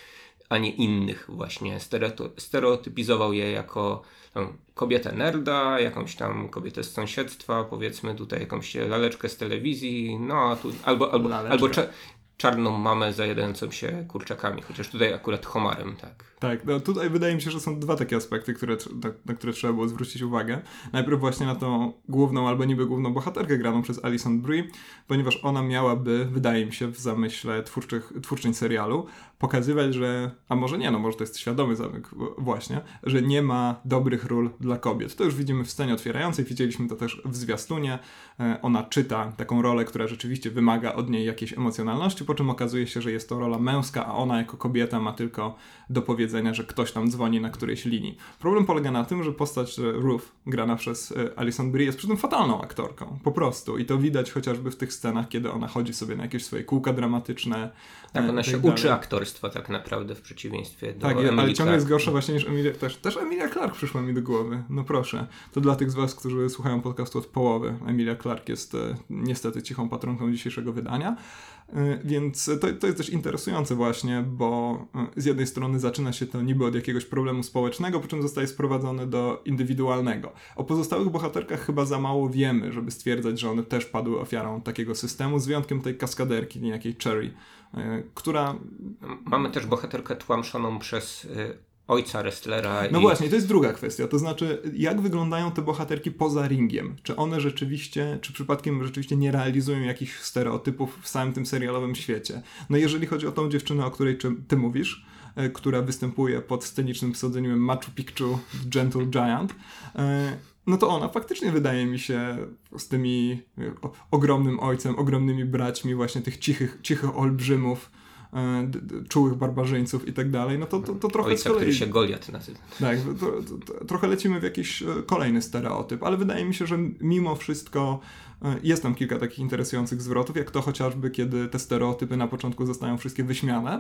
a nie innych właśnie. Stereotypizował je jako no, kobietę nerda, jakąś tam kobietę z sąsiedztwa, powiedzmy tutaj jakąś laleczkę z telewizji, no a tu albo, albo, albo cze- czarną mamę zajadającą się kurczakami, chociaż tutaj akurat homarem, tak. Tak, no tutaj wydaje mi się, że są dwa takie aspekty, które, na, na które trzeba było zwrócić uwagę. Najpierw właśnie na tą główną albo niby główną bohaterkę graną przez Alison Brie, ponieważ ona miałaby, wydaje mi się, w zamyśle twórczych, twórczyń serialu pokazywać, że, a może nie, no może to jest świadomy zamysł właśnie, że nie ma dobrych ról dla kobiet. To już widzimy w scenie otwierającej, widzieliśmy to też w zwiastunie. Ona czyta taką rolę, która rzeczywiście wymaga od niej jakiejś emocjonalności, po czym okazuje się, że jest to rola męska, a ona jako kobieta ma tylko do powiedzenia, że ktoś tam dzwoni na którejś linii. Problem polega na tym, że postać Ruth, grana przez Alison Brie, jest przy tym fatalną aktorką. Po prostu. I to widać chociażby w tych scenach, kiedy ona chodzi sobie na jakieś swoje kółka dramatyczne. Tak, ona się uczy aktorstwa tak naprawdę w przeciwieństwie do tak, Emily ale ciągle Clark. jest gorsza właśnie niż Emilia. Też, też Emilia Clark przyszła mi do głowy. No proszę. To dla tych z was, którzy słuchają podcastu od połowy. Emilia Clark jest e, niestety cichą patronką dzisiejszego wydania. E, więc to, to jest też interesujące właśnie, bo e, z jednej strony zaczyna się to niby od jakiegoś problemu społecznego, po czym zostaje sprowadzone do indywidualnego. O pozostałych bohaterkach chyba za mało wiemy, żeby stwierdzać, że one też padły ofiarą takiego systemu, z wyjątkiem tej kaskaderki, niejakiej Cherry, która... Mamy też bohaterkę tłamszoną przez y, ojca wrestlera. No i... właśnie, to jest druga kwestia, to znaczy jak wyglądają te bohaterki poza ringiem? Czy one rzeczywiście, czy przypadkiem rzeczywiście nie realizują jakichś stereotypów w samym tym serialowym świecie? No jeżeli chodzi o tą dziewczynę, o której ty mówisz, y, która występuje pod scenicznym pseudonimem Machu Picchu Gentle Giant, y, no to ona faktycznie wydaje mi się z tymi o, ogromnym ojcem, ogromnymi braćmi właśnie tych cichych, cichych olbrzymów, e, d, d, czułych barbarzyńców i tak dalej, no to, to, to trochę Ojca, z kolei... który się Goliat nazywa. Tak, to, to, to, trochę lecimy w jakiś kolejny stereotyp, ale wydaje mi się, że mimo wszystko jest tam kilka takich interesujących zwrotów, jak to chociażby, kiedy te stereotypy na początku zostają wszystkie wyśmiane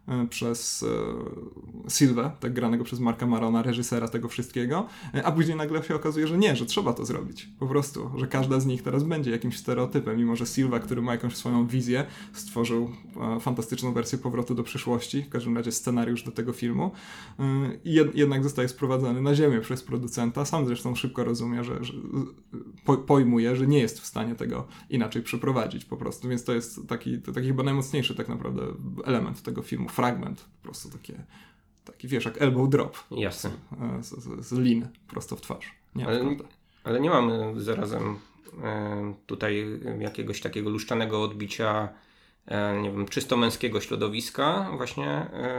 przez e, Silvę, tak granego przez Marka Marona, reżysera tego wszystkiego, a później nagle się okazuje, że nie, że trzeba to zrobić. Po prostu, że każda z nich teraz będzie jakimś stereotypem, mimo że Silva, który ma jakąś swoją wizję, stworzył e, fantastyczną wersję Powrotu do przyszłości, w każdym razie scenariusz do tego filmu, e, jed, jednak zostaje sprowadzony na ziemię przez producenta. Sam zresztą szybko rozumie, że, że po, pojmuje, że nie jest w stanie tego inaczej przeprowadzić po prostu, więc to jest taki, to taki chyba najmocniejszy tak naprawdę element tego filmu. Fragment, po prostu takie, taki wiesz, jak elbow drop. Jasne. Z, z, z lin prosto w twarz. Nie, ale, prawda. ale nie mamy zarazem e, tutaj jakiegoś takiego luszczanego odbicia, e, nie wiem, czysto męskiego środowiska właśnie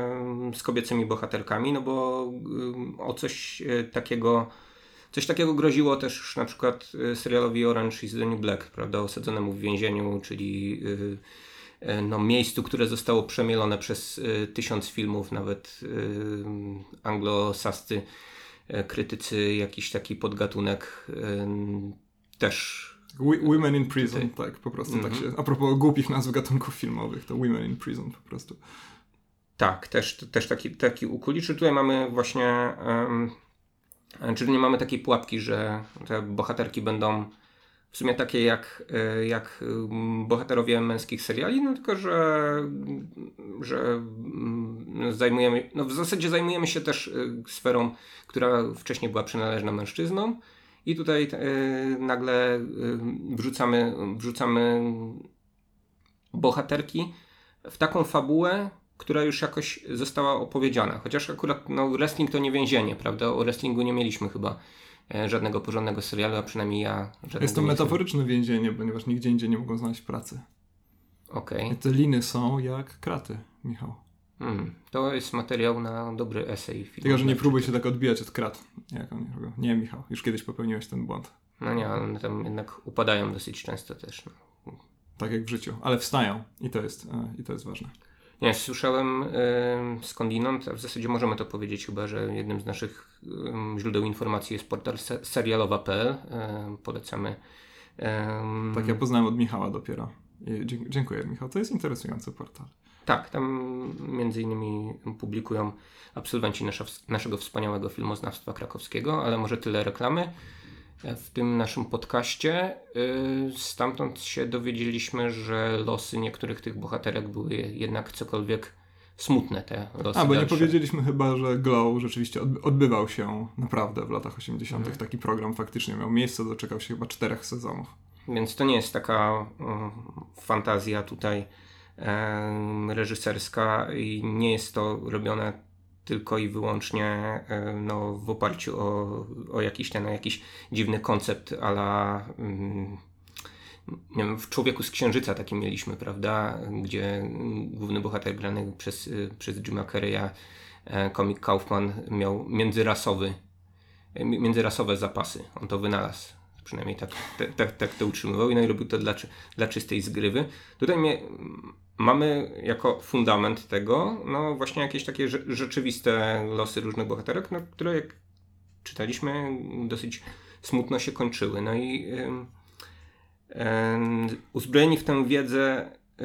e, z kobiecymi bohaterkami, no bo e, o coś e, takiego coś takiego groziło też na przykład serialowi Orange is the New Black, prawda, osadzonemu w więzieniu, czyli e, no, miejscu, które zostało przemielone przez y, tysiąc filmów, nawet y, anglosascy y, krytycy, jakiś taki podgatunek y, też... Women in Prison, tutaj. Tak, po prostu mm-hmm. tak się... A propos głupich nazw gatunków filmowych, to Women in Prison po prostu. Tak, też, też taki, taki ukuliczy. Tutaj mamy właśnie... Um, czyli nie mamy takiej pułapki, że te bohaterki będą w sumie takie jak, jak bohaterowie męskich seriali, no tylko, że, że zajmujemy, no w zasadzie zajmujemy się też sferą, która wcześniej była przynależna mężczyznom i tutaj y, nagle y, wrzucamy, wrzucamy bohaterki w taką fabułę, która już jakoś została opowiedziana. Chociaż akurat no, wrestling to nie więzienie, prawda? O wrestlingu nie mieliśmy chyba żadnego porządnego serialu, a przynajmniej ja żadnego. Jest to nie metaforyczne więzienie, ponieważ nigdzie indziej nie mogą znaleźć pracy. Okej. Okay. Te liny są jak kraty, Michał. Hmm, to jest materiał na dobry esej. Tylko, że nie próbuj się tak odbijać od krat. Jak oni robią. Nie, Michał, już kiedyś popełniłeś ten błąd. No nie, one tam jednak upadają dosyć często też. No. Tak jak w życiu, ale wstają i to jest, i to jest ważne. Nie, słyszałem y, skądinąd, a w zasadzie możemy to powiedzieć chyba, że jednym z naszych y, źródeł informacji jest portal se- serialowa kropka pe el. Y, polecamy. Y, tak, ja poznałem od Michała dopiero. I dzie- dziękuję, Michał. To jest interesujący portal. Tak, tam między innymi publikują absolwenci nasza, naszego wspaniałego filmoznawstwa krakowskiego, ale może tyle reklamy. W tym naszym podcaście yy, stamtąd się dowiedzieliśmy, że losy niektórych tych bohaterek były jednak cokolwiek smutne, te losy A, bo dalsze. nie powiedzieliśmy chyba, że Glow rzeczywiście odbywał się naprawdę w latach osiemdziesiątych. Hmm. Taki program faktycznie miał miejsce, doczekał się chyba czterech sezonów. Więc to nie jest taka y, fantazja tutaj y, reżyserska i nie jest to robione tylko i wyłącznie no, w oparciu o, o jakiś ten, o jakiś dziwny koncept a la mm, nie wiem, w Człowieku z Księżyca taki mieliśmy, prawda, gdzie główny bohater grany przez, przez Jima Carreya, komik Kaufman, miał międzyrasowy, międzyrasowe zapasy. On to wynalazł. Przynajmniej tak, tak, tak, tak to utrzymywał i no i robił to dla, dla czystej zgrywy. Tutaj mnie, mamy jako fundament tego no właśnie jakieś takie rzeczywiste losy różnych bohaterek, no, które jak czytaliśmy dosyć smutno się kończyły. No i yy, yy, uzbrojeni w tę wiedzę yy,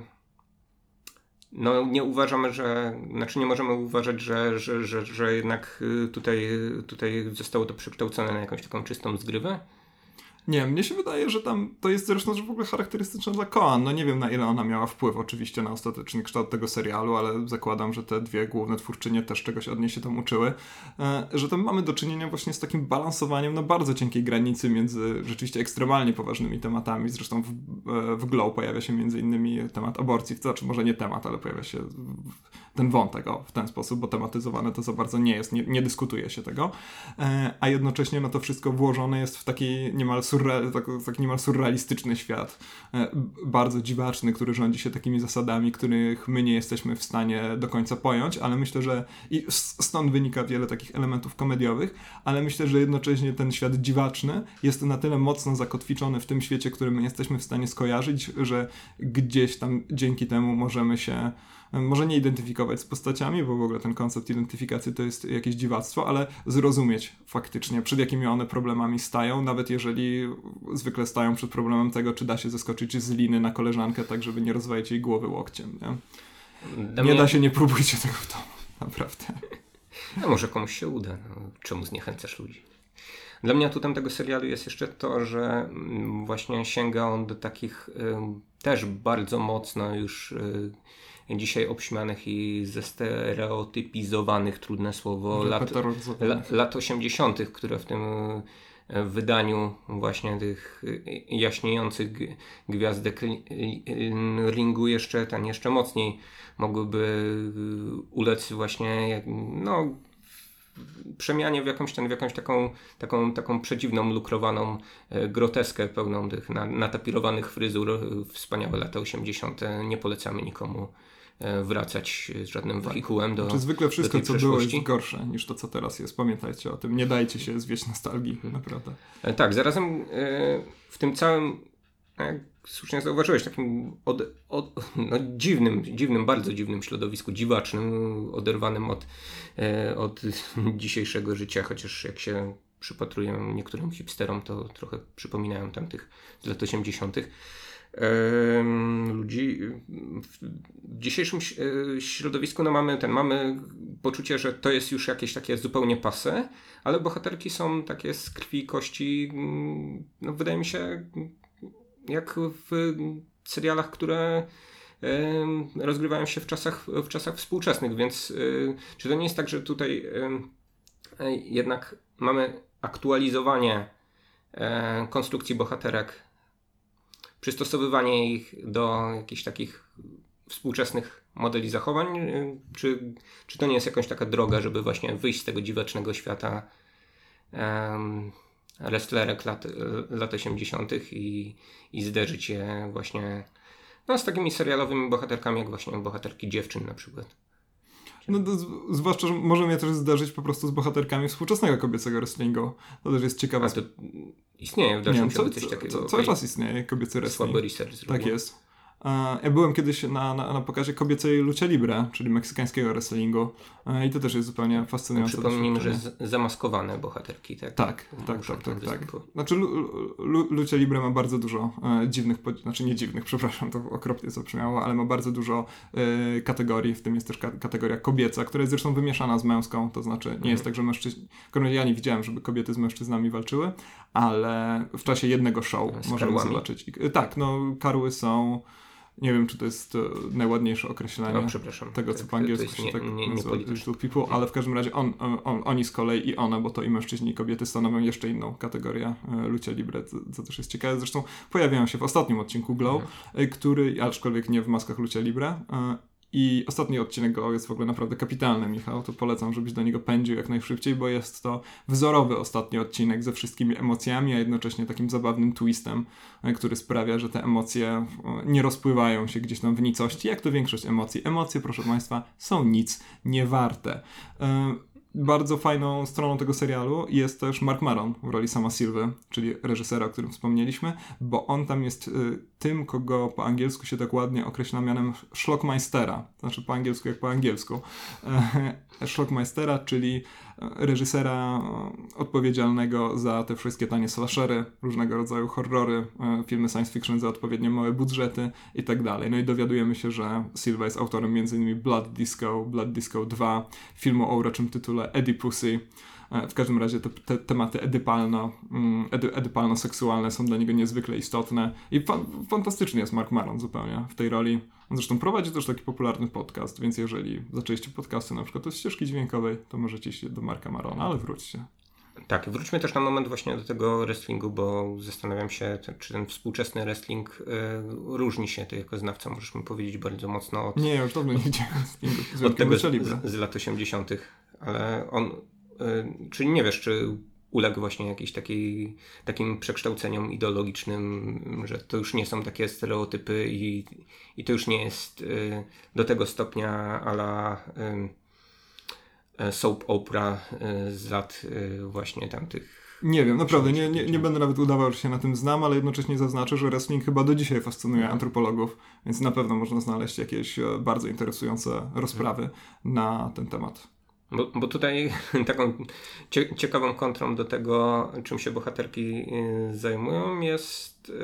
no nie uważamy, że, znaczy nie możemy uważać, że, że, że, że jednak tutaj, tutaj zostało to przekształcone na jakąś taką czystą zgrywę. Nie, mnie się wydaje, że tam to jest zresztą że w ogóle charakterystyczne dla Koan. No nie wiem, na ile ona miała wpływ oczywiście na ostateczny kształt tego serialu, ale zakładam, że te dwie główne twórczynie też czegoś od niej się tam uczyły. Że tam mamy do czynienia właśnie z takim balansowaniem na bardzo cienkiej granicy między rzeczywiście ekstremalnie poważnymi tematami. Zresztą w, w Glow pojawia się między innymi temat aborcji. To znaczy może nie temat, ale pojawia się ten wątek o, w ten sposób, bo tematyzowane to za bardzo nie jest, nie, nie dyskutuje się tego. A jednocześnie no to wszystko włożone jest w taki niemal Surreal, tak, taki niemal surrealistyczny świat, e, bardzo dziwaczny, który rządzi się takimi zasadami, których my nie jesteśmy w stanie do końca pojąć, ale myślę, że i stąd wynika wiele takich elementów komediowych, ale myślę, że jednocześnie ten świat dziwaczny jest na tyle mocno zakotwiczony w tym świecie, który my jesteśmy w stanie skojarzyć, że gdzieś tam dzięki temu możemy się może nie identyfikować z postaciami, bo w ogóle ten koncept identyfikacji to jest jakieś dziwactwo, ale zrozumieć faktycznie, przed jakimi one problemami stają, nawet jeżeli zwykle stają przed problemem tego, czy da się zeskoczyć z liny na koleżankę, tak żeby nie rozwalić jej głowy łokciem. Nie, nie mnie... da się, nie próbujcie tego w domu, naprawdę. No może komuś się uda, no, czemu zniechęcasz ludzi? Dla mnie atutem tego serialu jest jeszcze to, że właśnie sięga on do takich y, też bardzo mocno już y, dzisiaj obśmianych i zestereotypizowanych, trudne słowo, lat, la, lat osiemdziesiątych, które w tym wydaniu właśnie tych jaśniejących gwiazdek ringu jeszcze ten jeszcze mocniej mogłyby ulec właśnie no przemianie w jakąś, ten, w jakąś taką, taką, taką przedziwną, lukrowaną groteskę pełną tych natapirowanych fryzur. Wspaniałe lata osiemdziesiąte. Nie polecamy nikomu wracać z żadnym wehikułem do Czy zwykle wszystko, do co było, jest gorsze niż to, co teraz jest. Pamiętajcie o tym. Nie dajcie się zwieść nostalgii, hmm. naprawdę. Tak, zarazem w tym całym, jak słusznie zauważyłeś, takim od, od, no dziwnym, dziwnym, bardzo dziwnym środowisku, dziwacznym, oderwanym od, od dzisiejszego życia, chociaż jak się przypatruję niektórym hipsterom, to trochę przypominają tamtych z lat osiemdziesiątych. Ludzi w dzisiejszym środowisku no mamy ten, mamy poczucie, że to jest już jakieś takie zupełnie passé, ale bohaterki są takie z krwi i kości, no wydaje mi się jak w serialach, które rozgrywają się w czasach, w czasach współczesnych, więc czy to nie jest tak, że tutaj jednak mamy aktualizowanie konstrukcji bohaterek, przystosowywanie ich do jakichś takich współczesnych modeli zachowań, czy, czy to nie jest jakaś taka droga, żeby właśnie wyjść z tego dziwacznego świata um, wrestlerek lat, lat osiemdziesiątych i, i zderzyć je właśnie no, z takimi serialowymi bohaterkami, jak właśnie bohaterki dziewczyn na przykład. No to z, zwłaszcza, że może mnie też zdarzyć po prostu z bohaterkami współczesnego kobiecego wrestlingu. To też jest ciekawe. A to istnieje w dalszym ciągu coś takiego. Co, cały czas istnieje kobiecy wrestling. Słaby research zrobił. Tak jest. Ja byłem kiedyś na, na, na pokazie kobiecej lucha libre, czyli meksykańskiego wrestlingu i to też jest zupełnie fascynujące. Przypomnijmy, że z, zamaskowane bohaterki, tak? Tak, tak, tak, tak, tak. Znaczy lucha libre ma bardzo dużo e, dziwnych, znaczy nie dziwnych, przepraszam, to okropnie zabrzmiało, ale ma bardzo dużo e, kategorii, w tym jest też ka- kategoria kobieca, która jest zresztą wymieszana z męską, to znaczy nie mhm. jest tak, że mężczyźni, ja nie widziałem, żeby kobiety z mężczyznami walczyły, ale w czasie jednego show z możemy karłami? zobaczyć. I, tak, no karły są... Nie wiem, czy to jest najładniejsze określenie no, przepraszam. tego, co tak, po angielsku się nie, tak nie, nie nazywa little people, ale w każdym razie on, on, oni z kolei i one, bo to i mężczyźni i kobiety stanowią jeszcze inną kategorię lucha libre, co, co też jest ciekawe. Zresztą pojawiają się w ostatnim odcinku Glow, mhm. który, aczkolwiek nie w maskach lucha libre. I ostatni odcinek Glow jest w ogóle naprawdę kapitalny, Michał, to polecam, żebyś do niego pędził jak najszybciej, bo jest to wzorowy ostatni odcinek ze wszystkimi emocjami, a jednocześnie takim zabawnym twistem, który sprawia, że te emocje nie rozpływają się gdzieś tam w nicości, jak to większość emocji. Emocje, proszę Państwa, są nic nie warte. Bardzo fajną stroną tego serialu jest też Mark Maron w roli sama Sylwy, czyli reżysera, o którym wspomnieliśmy, bo on tam jest y, tym, kogo po angielsku się dokładnie określa mianem Schlockmeistera, znaczy po angielsku jak po angielsku. E, Schlockmeistera, czyli reżysera odpowiedzialnego za te wszystkie tanie slashery, różnego rodzaju horrory, e, filmy science fiction za odpowiednio małe budżety i tak dalej. No i dowiadujemy się, że Sylwa jest autorem między innymi Blood Disco, Blood Disco dwa, filmu o uroczym tytule Oedipusy. W każdym razie te, te tematy edypalno, edy, edypalno-seksualne są dla niego niezwykle istotne i fa- fantastycznie jest Mark Maron zupełnie w tej roli. On zresztą prowadzi też taki popularny podcast, więc jeżeli zaczęliście podcasty na przykład od ścieżki dźwiękowej, to możecie iść do Marka Marona, ale wróćcie. Tak, wróćmy też na moment właśnie do tego wrestlingu, bo zastanawiam się, czy ten współczesny wrestling y, różni się, ty jako znawca możesz mi powiedzieć bardzo mocno od... Nie, już dawno nie widziałem wrestlingu. Z od tego z, z, z lat osiemdziesiątych, ale on... Y, czyli nie wiesz, czy uległ właśnie jakiejś takiej, takim przekształceniom ideologicznym, że to już nie są takie stereotypy i, i to już nie jest y, do tego stopnia a la... Y, soap opera z lat właśnie tamtych. Nie wiem, naprawdę, nie, nie, nie będę nawet udawał, że się na tym znam, ale jednocześnie zaznaczę, że wrestling chyba do dzisiaj fascynuje antropologów, więc na pewno można znaleźć jakieś bardzo interesujące rozprawy na ten temat. Bo, bo tutaj taką cie, ciekawą kontrą do tego, czym się bohaterki zajmują, jest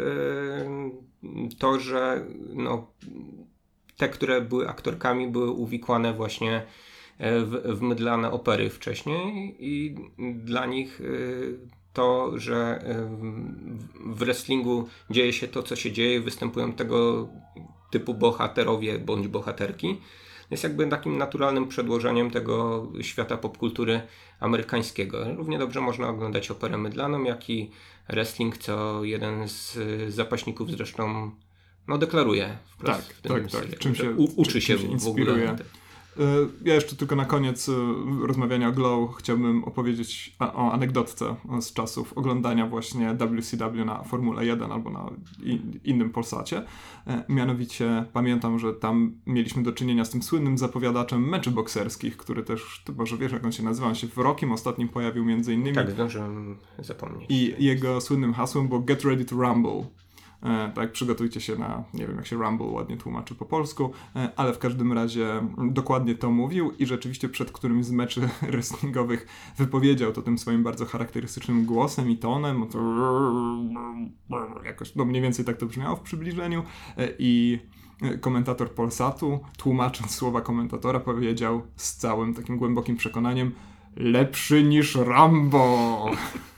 to, że no, te, które były aktorkami, były uwikłane właśnie W, w mydlane opery wcześniej i dla nich y, to, że y, w wrestlingu dzieje się to, co się dzieje, występują tego typu bohaterowie bądź bohaterki, jest jakby takim naturalnym przedłożeniem tego świata popkultury amerykańskiego. Równie dobrze można oglądać operę mydlaną, jak i wrestling, co jeden z zapaśników zresztą no, deklaruje wprost. Tak, w tym tak, serialu, tak. Czym się, u, uczy czym się, się w inspiruje. ogóle. Ja jeszcze tylko na koniec rozmawiania o Glow chciałbym opowiedzieć o anegdotce z czasów oglądania właśnie W C W na Formule jeden albo na innym Polsacie. Mianowicie pamiętam, że tam mieliśmy do czynienia z tym słynnym zapowiadaczem meczy bokserskich, który też, ty może wiesz jak on się nazywa, on się w Rockim ostatnim pojawił między innymi. Tak, zdążyłem zapomnieć. I jego słynnym hasłem było Get Ready to Rumble. E, tak, przygotujcie się na, nie wiem jak się Rumble ładnie tłumaczy po polsku, e, ale w każdym razie dokładnie to mówił i rzeczywiście przed którymś z meczy wrestlingowych wypowiedział to tym swoim bardzo charakterystycznym głosem i tonem, to jakoś, no mniej więcej tak to brzmiało w przybliżeniu e, i komentator Polsatu, tłumacząc słowa komentatora, powiedział z całym takim głębokim przekonaniem: lepszy niż Rambo!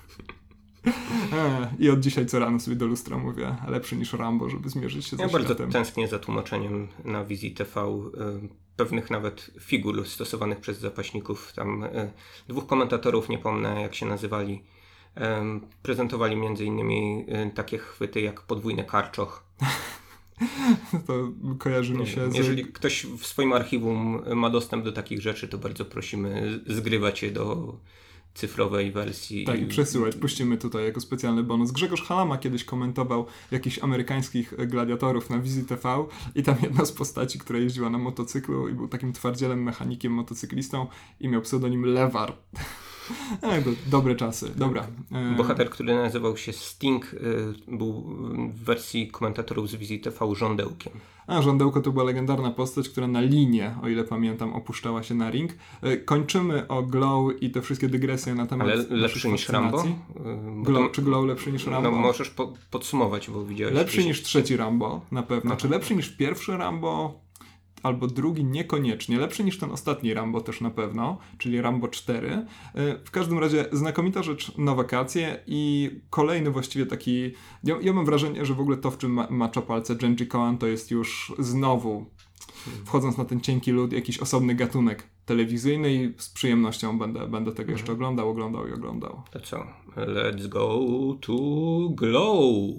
I od dzisiaj co rano sobie do lustra mówię lepszy niż Rambo, żeby zmierzyć się ze ja światem. Ja bardzo tęsknię za tłumaczeniem na wizji T V y, pewnych nawet figur stosowanych przez zapaśników. Tam y, dwóch komentatorów, nie pomnę jak się nazywali, y, prezentowali między innymi y, takie chwyty jak podwójny karczoch. To kojarzy mi się... Jeżeli z... ktoś w swoim archiwum ma dostęp do takich rzeczy, to bardzo prosimy zgrywać je do cyfrowej wersji. Tak, i przesyłać. Puścimy tutaj jako specjalny bonus. Grzegorz Halama kiedyś komentował jakichś amerykańskich gladiatorów na Wizji T V i tam jedna z postaci, która jeździła na motocyklu i był takim twardzielem, mechanikiem, motocyklistą i miał pseudonim Lewar. Jakby dobre czasy. Dobra. Bohater, który nazywał się Sting, był w wersji komentatorów z Wizji T V żądełkiem. A, żądełko to była legendarna postać, która na linię, o ile pamiętam, opuszczała się na ring. Kończymy o Glow i te wszystkie dygresje na temat. Ale lepszy niż Rambo? Glow, to... Czy Glow lepszy niż Rambo? No możesz po- podsumować, bo widziałeś. Lepszy gdzieś... niż trzeci Rambo, na pewno. Aha. Czy lepszy niż pierwszy Rambo? Albo drugi niekoniecznie. Lepszy niż ten ostatni Rambo też na pewno, czyli Rambo cztery. W każdym razie znakomita rzecz na wakacje i kolejny właściwie taki... Ja, ja mam wrażenie, że w ogóle to, w czym ma, macza palce Jenji Kohan, to jest już znowu, wchodząc na ten cienki lód, jakiś osobny gatunek telewizyjny i z przyjemnością będę, będę tego jeszcze oglądał, oglądał i oglądał. To co? Let's go to Glow!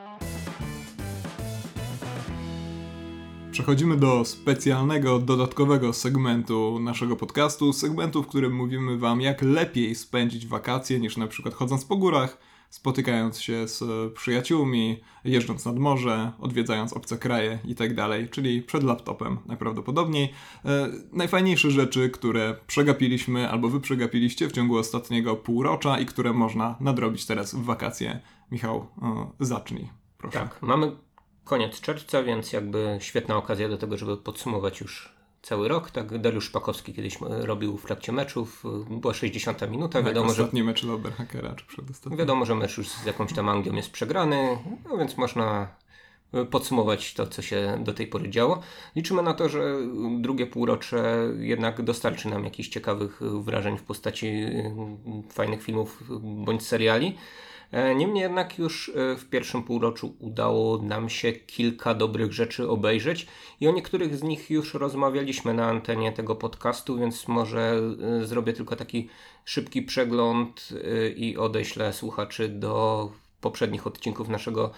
Przechodzimy do specjalnego, dodatkowego segmentu naszego podcastu, segmentu, w którym mówimy wam, jak lepiej spędzić wakacje niż na przykład chodząc po górach, spotykając się z przyjaciółmi, jeżdżąc nad morze, odwiedzając obce kraje i tak dalej, czyli przed laptopem najprawdopodobniej. E, najfajniejsze rzeczy, które przegapiliśmy albo wy przegapiliście w ciągu ostatniego półrocza i które można nadrobić teraz w wakacje. Michał, e, zacznij, proszę. Tak, mamy koniec czerwca, więc jakby świetna okazja do tego, żeby podsumować już cały rok. Tak, Dariusz Szpakowski kiedyś robił w trakcie meczów. Była sześćdziesiąta minuta. Wiadomo, że ostatni mecz Lauberhackera, czy przedostatni? Wiadomo, że mecz już z jakąś tam Anglią jest przegrany, no więc można podsumować to, co się do tej pory działo. Liczymy na to, że drugie półrocze jednak dostarczy nam jakichś ciekawych wrażeń w postaci fajnych filmów bądź seriali. Niemniej jednak już w pierwszym półroczu udało nam się kilka dobrych rzeczy obejrzeć i o niektórych z nich już rozmawialiśmy na antenie tego podcastu, więc może zrobię tylko taki szybki przegląd i odeślę słuchaczy do poprzednich odcinków naszego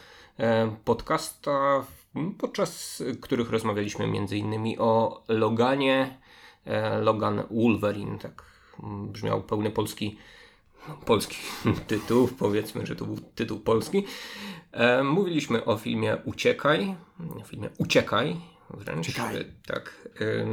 podcasta, podczas których rozmawialiśmy między innymi o Loganie, Logan Wolverine, tak brzmiał pełny polski polski tytuł, powiedzmy, że to był tytuł polski. E, mówiliśmy o filmie Uciekaj, o filmie Uciekaj wręcz. Uciekaj. E, tak. E,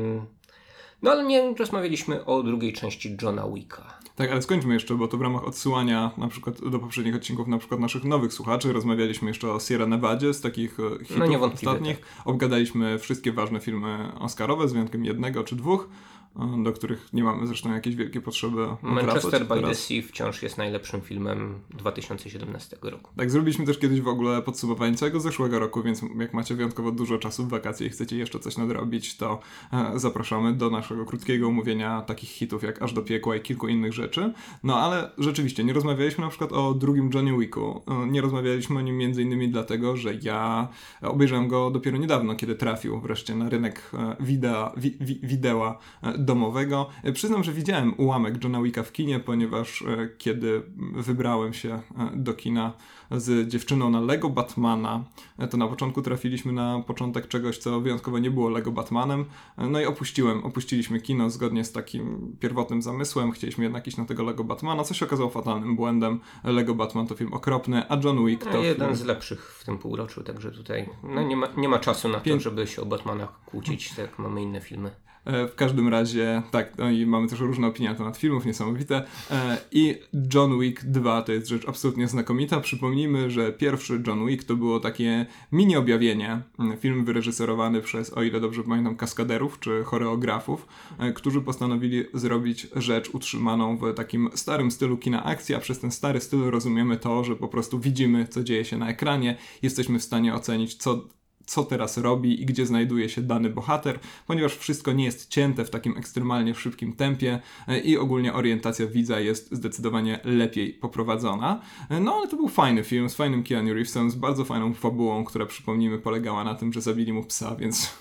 no ale nie rozmawialiśmy o drugiej części Johna Wicka. Tak, ale skończmy jeszcze, bo to w ramach odsyłania na przykład do poprzednich odcinków na przykład naszych nowych słuchaczy rozmawialiśmy jeszcze o Sierra Nevadzie z takich hitów no ostatnich. Tak. Obgadaliśmy wszystkie ważne filmy oscarowe z wyjątkiem jednego czy dwóch, do których nie mamy zresztą jakiejś wielkiej potrzeby Manchester by teraz. the Sea wciąż jest najlepszym filmem dwa tysiące siedemnastego roku. Tak, zrobiliśmy też kiedyś w ogóle podsumowanie całego zeszłego roku, więc jak macie wyjątkowo dużo czasu w wakacje i chcecie jeszcze coś nadrobić, to e, zapraszamy do naszego krótkiego omówienia takich hitów jak Aż do piekła i kilku innych rzeczy. No ale rzeczywiście, nie rozmawialiśmy na przykład o drugim Johnny Wicku. E, nie rozmawialiśmy o nim między innymi dlatego, że ja obejrzałem go dopiero niedawno, kiedy trafił wreszcie na rynek e, wideo, wi, wi, wideo e, domowego. E, przyznam, że widziałem ułamek Johna Wicka w kinie, ponieważ e, kiedy wybrałem się e, do kina z dziewczyną na Lego Batmana, e, to na początku trafiliśmy na początek czegoś, co wyjątkowo nie było Lego Batmanem. E, no i opuściłem, opuściliśmy kino zgodnie z takim pierwotnym zamysłem. Chcieliśmy jednak iść na tego Lego Batmana, co się okazało fatalnym błędem. Lego Batman to film okropny, a John Wick to no, jeden film... z lepszych w tym półroczu, także tutaj no, nie, ma, nie ma czasu na to, Pię... żeby się o Batmanach kłócić, tak jak mamy inne filmy. W każdym razie, tak, no i mamy też różne opinie na temat filmów, niesamowite. I John Wick dwa to jest rzecz absolutnie znakomita. Przypomnijmy, że pierwszy John Wick to było takie mini objawienie. Film wyreżyserowany przez, o ile dobrze pamiętam, kaskaderów czy choreografów, którzy postanowili zrobić rzecz utrzymaną w takim starym stylu kina akcji, a przez ten stary styl rozumiemy to, że po prostu widzimy, co dzieje się na ekranie, jesteśmy w stanie ocenić, co co teraz robi i gdzie znajduje się dany bohater, ponieważ wszystko nie jest cięte w takim ekstremalnie szybkim tempie i ogólnie orientacja widza jest zdecydowanie lepiej poprowadzona. No ale to był fajny film z fajnym Keanu Reevesem, z bardzo fajną fabułą, która przypomnijmy polegała na tym, że zabili mu psa, więc,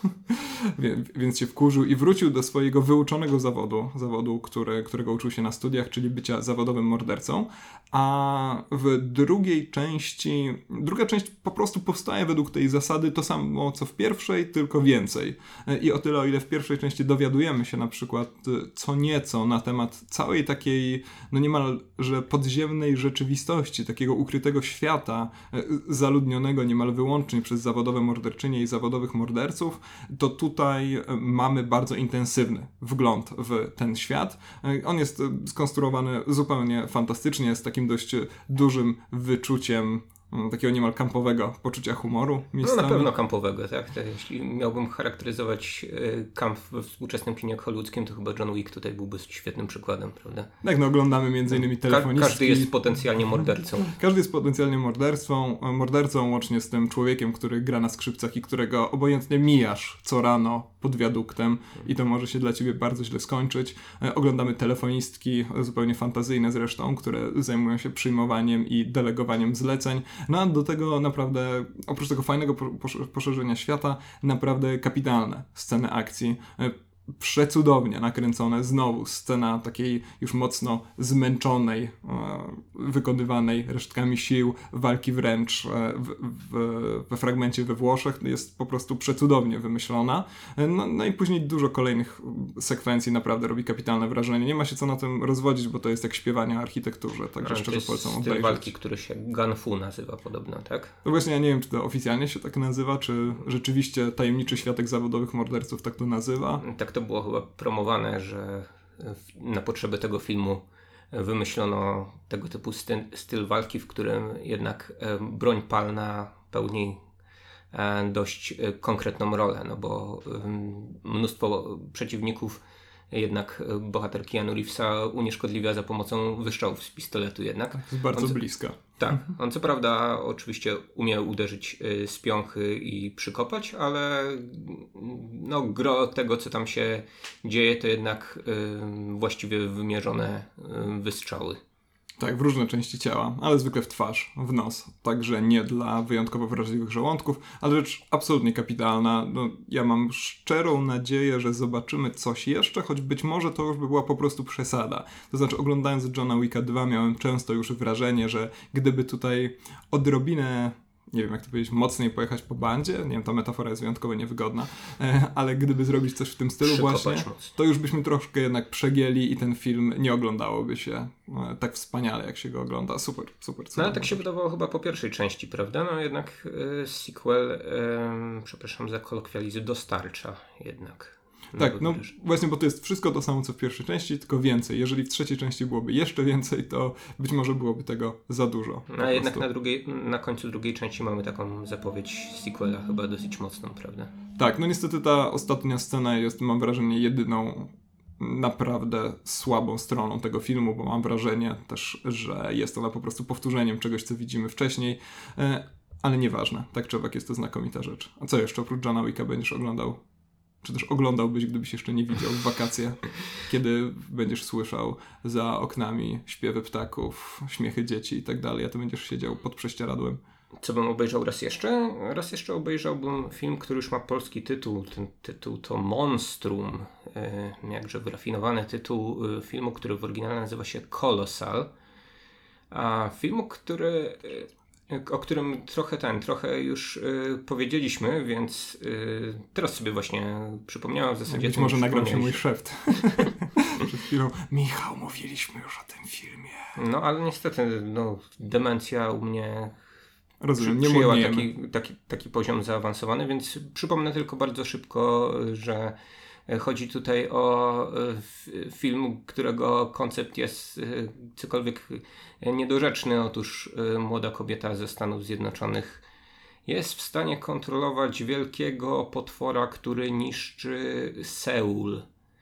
więc się wkurzył i wrócił do swojego wyuczonego zawodu, zawodu, który, którego uczył się na studiach, czyli bycia zawodowym mordercą. A w drugiej części, druga część po prostu powstaje według tej zasady, to samo samo co w pierwszej, tylko więcej. I o tyle, o ile w pierwszej części dowiadujemy się na przykład co nieco na temat całej takiej, no niemalże podziemnej rzeczywistości, takiego ukrytego świata, zaludnionego niemal wyłącznie przez zawodowe morderczynie i zawodowych morderców, to tutaj mamy bardzo intensywny wgląd w ten świat. On jest skonstruowany zupełnie fantastycznie, z takim dość dużym wyczuciem takiego niemal kampowego poczucia humoru. No na pewno kampowego, tak? To jeśli miałbym charakteryzować kamp we współczesnym kinie hollywoodzkim, to chyba John Wick tutaj byłby świetnym przykładem, prawda? Tak, no oglądamy między innymi telefonistki. Każdy jest potencjalnie mordercą. Każdy jest potencjalnie mordercą, mordercą łącznie z tym człowiekiem, który gra na skrzypcach i którego obojętnie mijasz co rano pod wiaduktem i to może się dla ciebie bardzo źle skończyć. Oglądamy telefonistki, zupełnie fantazyjne zresztą, które zajmują się przyjmowaniem i delegowaniem zleceń. No a do tego naprawdę, oprócz tego fajnego poszerzenia świata, naprawdę kapitalne sceny akcji. Przecudownie nakręcone, znowu scena takiej już mocno zmęczonej, e, wykonywanej resztkami sił, walki wręcz e, w, w, we fragmencie we Włoszech jest po prostu przecudownie wymyślona. No, no i później dużo kolejnych sekwencji naprawdę robi kapitalne wrażenie. Nie ma się co na tym rozwodzić, bo to jest jak śpiewanie o architekturze, także no, szczerze polecam obejrzeć. To jest styl walki, który się Gunfu nazywa podobno, tak? No właśnie, ja nie wiem, czy to oficjalnie się tak nazywa, czy rzeczywiście tajemniczy światek zawodowych morderców tak to nazywa. Tak to było chyba promowane, że na potrzeby tego filmu wymyślono tego typu styl, styl walki, w którym jednak broń palna pełni dość konkretną rolę, no bo mnóstwo przeciwników jednak bohater Keanu Reevesa unieszkodliwia za pomocą wystrzałów z pistoletu jednak. Tak, jest bardzo on, bliska. Tak, on co prawda oczywiście umie uderzyć z piąchy i przykopać, ale no gro tego, co tam się dzieje, to jednak y, właściwie wymierzone y, wystrzały. Tak, w różne części ciała, ale zwykle w twarz, w nos. Także nie dla wyjątkowo wrażliwych żołądków, ale rzecz absolutnie kapitalna. No, ja mam szczerą nadzieję, że zobaczymy coś jeszcze, choć być może to już by była po prostu przesada. To znaczy, oglądając Johna Wicka dwa miałem często już wrażenie, że gdyby tutaj odrobinę, nie wiem jak to powiedzieć, mocniej pojechać po bandzie, nie wiem, ta metafora jest wyjątkowo niewygodna, ale gdyby zrobić coś w tym stylu Przykopać właśnie, moc. to już byśmy troszkę jednak przegięli i ten film nie oglądałoby się tak wspaniale, jak się go ogląda. Super, super. No ale tak się wydawało chyba po pierwszej części, prawda? No jednak y, sequel, y, przepraszam za kolokwializm, dostarcza jednak. Tak, no właśnie, bo to jest wszystko to samo, co w pierwszej części, tylko więcej. Jeżeli w trzeciej części byłoby jeszcze więcej, to być może byłoby tego za dużo. No a jednak na, drugiej, na końcu drugiej części mamy taką zapowiedź sequela chyba dosyć mocną, prawda? Tak, no niestety ta ostatnia scena jest, mam wrażenie, jedyną naprawdę słabą stroną tego filmu, bo mam wrażenie też, że jest ona po prostu powtórzeniem czegoś, co widzimy wcześniej, ale nieważne. Tak czy owak jest to znakomita rzecz. A co jeszcze oprócz Johna Wicka będziesz oglądał? Czy też oglądałbyś, gdybyś jeszcze nie widział w wakacje, kiedy będziesz słyszał za oknami śpiewy ptaków, śmiechy dzieci i tak dalej, a ty będziesz siedział pod prześcieradłem. Co bym obejrzał raz jeszcze? Raz jeszcze obejrzałbym film, który już ma polski tytuł. Ten tytuł to Monstrum. Jakże wyrafinowany tytuł filmu, który w oryginale nazywa się Colossal. A filmu, który... o którym trochę ten, trochę już y, powiedzieliśmy, więc y, teraz sobie właśnie przypomniałem w zasadzie... Być może nagrał się mój szeft. Przed chwilą, Michał, mówiliśmy już o tym filmie. No ale niestety, no, demencja u mnie Rozumiem, przy, nie przyjęła młodniejemy. taki, taki, taki poziom zaawansowany, więc przypomnę tylko bardzo szybko, że chodzi tutaj o y, film, którego koncept jest y, cokolwiek niedorzeczny. Otóż y, młoda kobieta ze Stanów Zjednoczonych jest w stanie kontrolować wielkiego potwora, który niszczy Seul.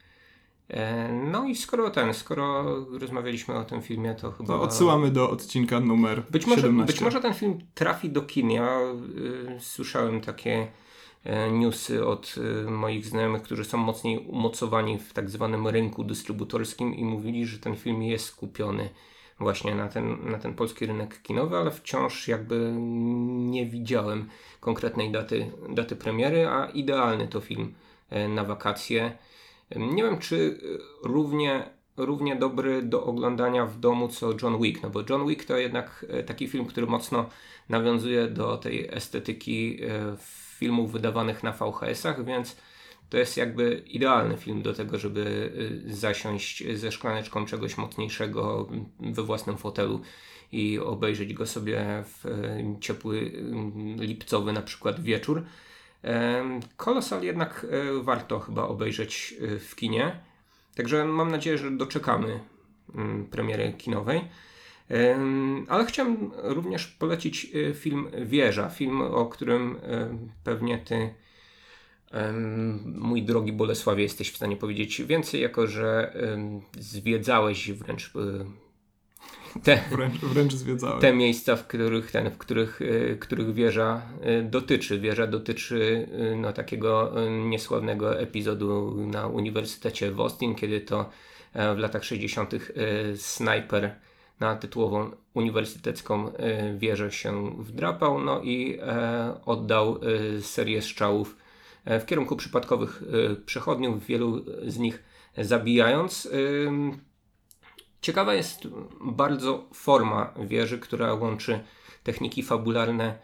E, no i skoro ten, skoro rozmawialiśmy o tym filmie, to chyba... To odsyłamy do odcinka numer być może, siedemnaście. Być może ten film trafi do kin. Ja y, słyszałem takie newsy od y, moich znajomych, którzy są mocniej umocowani w tak zwanym rynku dystrybutorskim i mówili, że ten film jest skupiony właśnie na ten, na ten polski rynek kinowy, ale wciąż jakby nie widziałem konkretnej daty, daty premiery, a idealny to film y, na wakacje. Nie wiem, czy równie, równie dobry do oglądania w domu co John Wick, no bo John Wick to jednak taki film, który mocno nawiązuje do tej estetyki y, filmów wydawanych na V H S-ach, więc to jest jakby idealny film do tego, żeby zasiąść ze szklaneczką czegoś mocniejszego we własnym fotelu i obejrzeć go sobie w ciepły, lipcowy na przykład wieczór. Kolosal jednak warto chyba obejrzeć w kinie. Także mam nadzieję, że doczekamy premiery kinowej. Ale chciałem również polecić film Wieża. Film, o którym pewnie ty, mój drogi Bolesławie, jesteś w stanie powiedzieć więcej, jako że zwiedzałeś wręcz te, wręcz, wręcz zwiedzałem. te miejsca, w których, ten, w których, których Wieża dotyczy. Wieża dotyczy no, takiego niesławnego epizodu na Uniwersytecie w Austin, kiedy to w latach sześćdziesiątych snajper na tytułową uniwersytecką wieżę się wdrapał, no i oddał serię strzałów w kierunku przypadkowych przechodniów, wielu z nich zabijając. Ciekawa jest bardzo forma wieży, która łączy techniki fabularne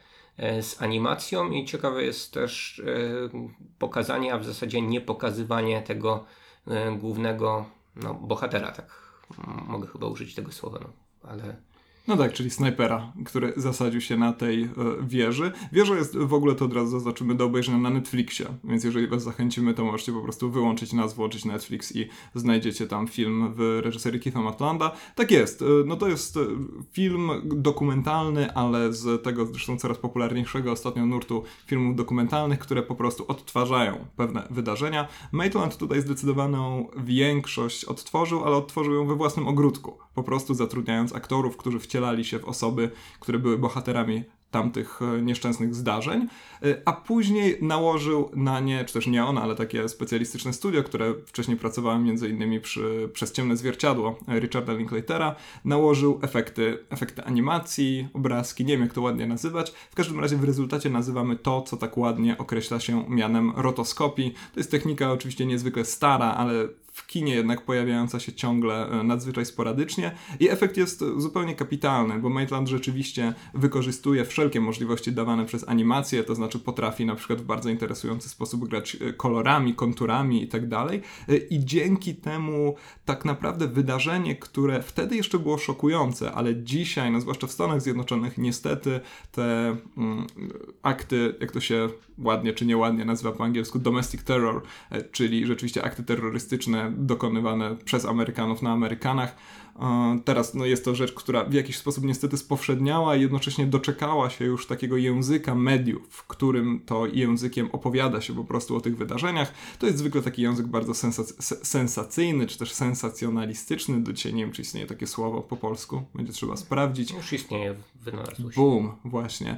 z animacją, i ciekawe jest też pokazanie, a w zasadzie nie pokazywanie tego głównego no, bohatera, tak mogę chyba użyć tego słowa, no, ale... No tak, czyli snajpera, który zasadził się na tej e, wieży. Wieża jest, w ogóle to od razu zaznaczymy, do obejrzenia na Netflixie, więc jeżeli was zachęcimy, to możecie po prostu wyłączyć nas, włączyć Netflix i znajdziecie tam film w reżyserii Keitha Matlanda. Tak jest, e, no to jest film dokumentalny, ale z tego zresztą coraz popularniejszego ostatnio nurtu filmów dokumentalnych, które po prostu odtwarzają pewne wydarzenia. Maitland tutaj zdecydowaną większość odtworzył, ale odtworzył ją we własnym ogródku, po prostu zatrudniając aktorów, którzy wcielali się w osoby, które były bohaterami tamtych nieszczęsnych zdarzeń, a później nałożył na nie, czy też nie on, ale takie specjalistyczne studio, które wcześniej pracowałem między innymi przy, przez Ciemne Zwierciadło Richarda Linklatera, nałożył efekty, efekty animacji, obrazki, nie wiem jak to ładnie nazywać. W każdym razie w rezultacie nazywamy to, co tak ładnie określa się mianem rotoskopii. To jest technika oczywiście niezwykle stara, ale w kinie jednak pojawiająca się ciągle nadzwyczaj sporadycznie i efekt jest zupełnie kapitalny, bo Maitland rzeczywiście wykorzystuje wszelkie możliwości dawane przez animację, to znaczy potrafi na przykład w bardzo interesujący sposób grać kolorami, konturami i tak dalej, i dzięki temu tak naprawdę wydarzenie, które wtedy jeszcze było szokujące, ale dzisiaj, no zwłaszcza w Stanach Zjednoczonych, niestety te mm, akty, jak to się ładnie czy nieładnie nazywa po angielsku, domestic terror, czyli rzeczywiście akty terrorystyczne dokonywane przez Amerykanów na Amerykanach. Teraz no, jest to rzecz, która w jakiś sposób niestety spowszedniała i jednocześnie doczekała się już takiego języka mediów, w którym to językiem opowiada się po prostu o tych wydarzeniach. To jest zwykle taki język bardzo sensac- sensacyjny, czy też sensacjonalistyczny. Do dzisiaj nie wiem, czy istnieje takie słowo po polsku. Będzie trzeba sprawdzić. Już istnieje, wynalazło się. Boom, właśnie.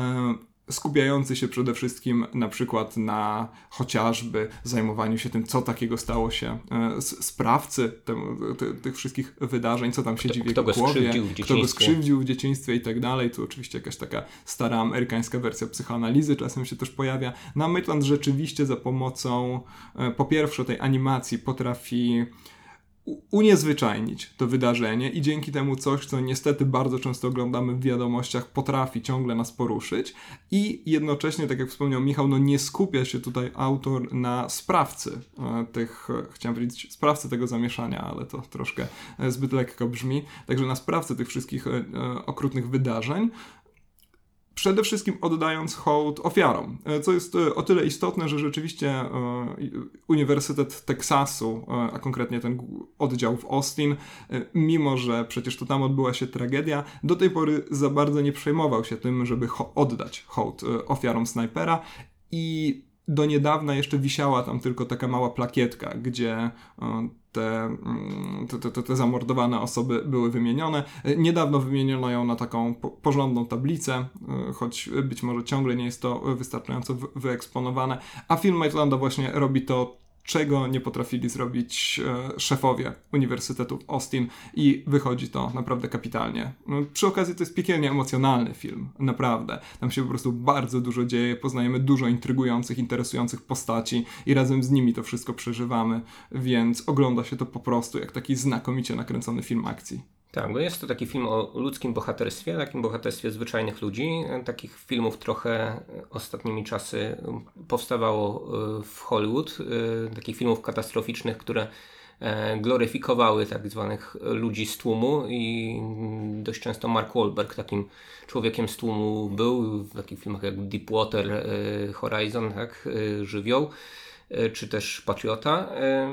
Skupiający się przede wszystkim na przykład na chociażby zajmowaniu się tym, co takiego stało się e, sprawcy te, te, tych wszystkich wydarzeń, co tam kto, siedzi w kto jego go głowie, w kto go skrzywdził w dzieciństwie i tak dalej. Tu oczywiście jakaś taka stara amerykańska wersja psychoanalizy czasem się też pojawia. No a Maitland rzeczywiście za pomocą e, po pierwsze tej animacji potrafi uniezwyczajnić to wydarzenie i dzięki temu coś, co niestety bardzo często oglądamy w wiadomościach, potrafi ciągle nas poruszyć i jednocześnie, tak jak wspomniał Michał, no nie skupia się tutaj autor na sprawcy e, tych, chciałem powiedzieć sprawcy tego zamieszania, ale to troszkę e, zbyt lekko brzmi, także na sprawcy tych wszystkich e, e, okrutnych wydarzeń, przede wszystkim oddając hołd ofiarom, co jest o tyle istotne, że rzeczywiście Uniwersytet Teksasu, a konkretnie ten oddział w Austin, mimo że przecież to tam odbyła się tragedia, do tej pory za bardzo nie przejmował się tym, żeby ho- oddać hołd ofiarom snajpera i do niedawna jeszcze wisiała tam tylko taka mała plakietka, gdzie te, te, te, te zamordowane osoby były wymienione. Niedawno wymieniono ją na taką po, porządną tablicę, choć być może ciągle nie jest to wystarczająco wy, wyeksponowane, a film Maitlanda właśnie robi to, czego nie potrafili zrobić e, szefowie Uniwersytetu w Austin i wychodzi to naprawdę kapitalnie. No, przy okazji to jest piekielnie emocjonalny film, naprawdę. Tam się po prostu bardzo dużo dzieje, poznajemy dużo intrygujących, interesujących postaci i razem z nimi to wszystko przeżywamy, więc ogląda się to po prostu jak taki znakomicie nakręcony film akcji. Tak, bo jest to taki film o ludzkim bohaterstwie, takim bohaterstwie zwyczajnych ludzi. Takich filmów trochę ostatnimi czasy powstawało w Hollywood. Takich filmów katastroficznych, które gloryfikowały tak zwanych ludzi z tłumu i dość często Mark Wahlberg takim człowiekiem z tłumu był w takich filmach jak Deepwater Horizon, tak, Żywioł, czy też Patriota.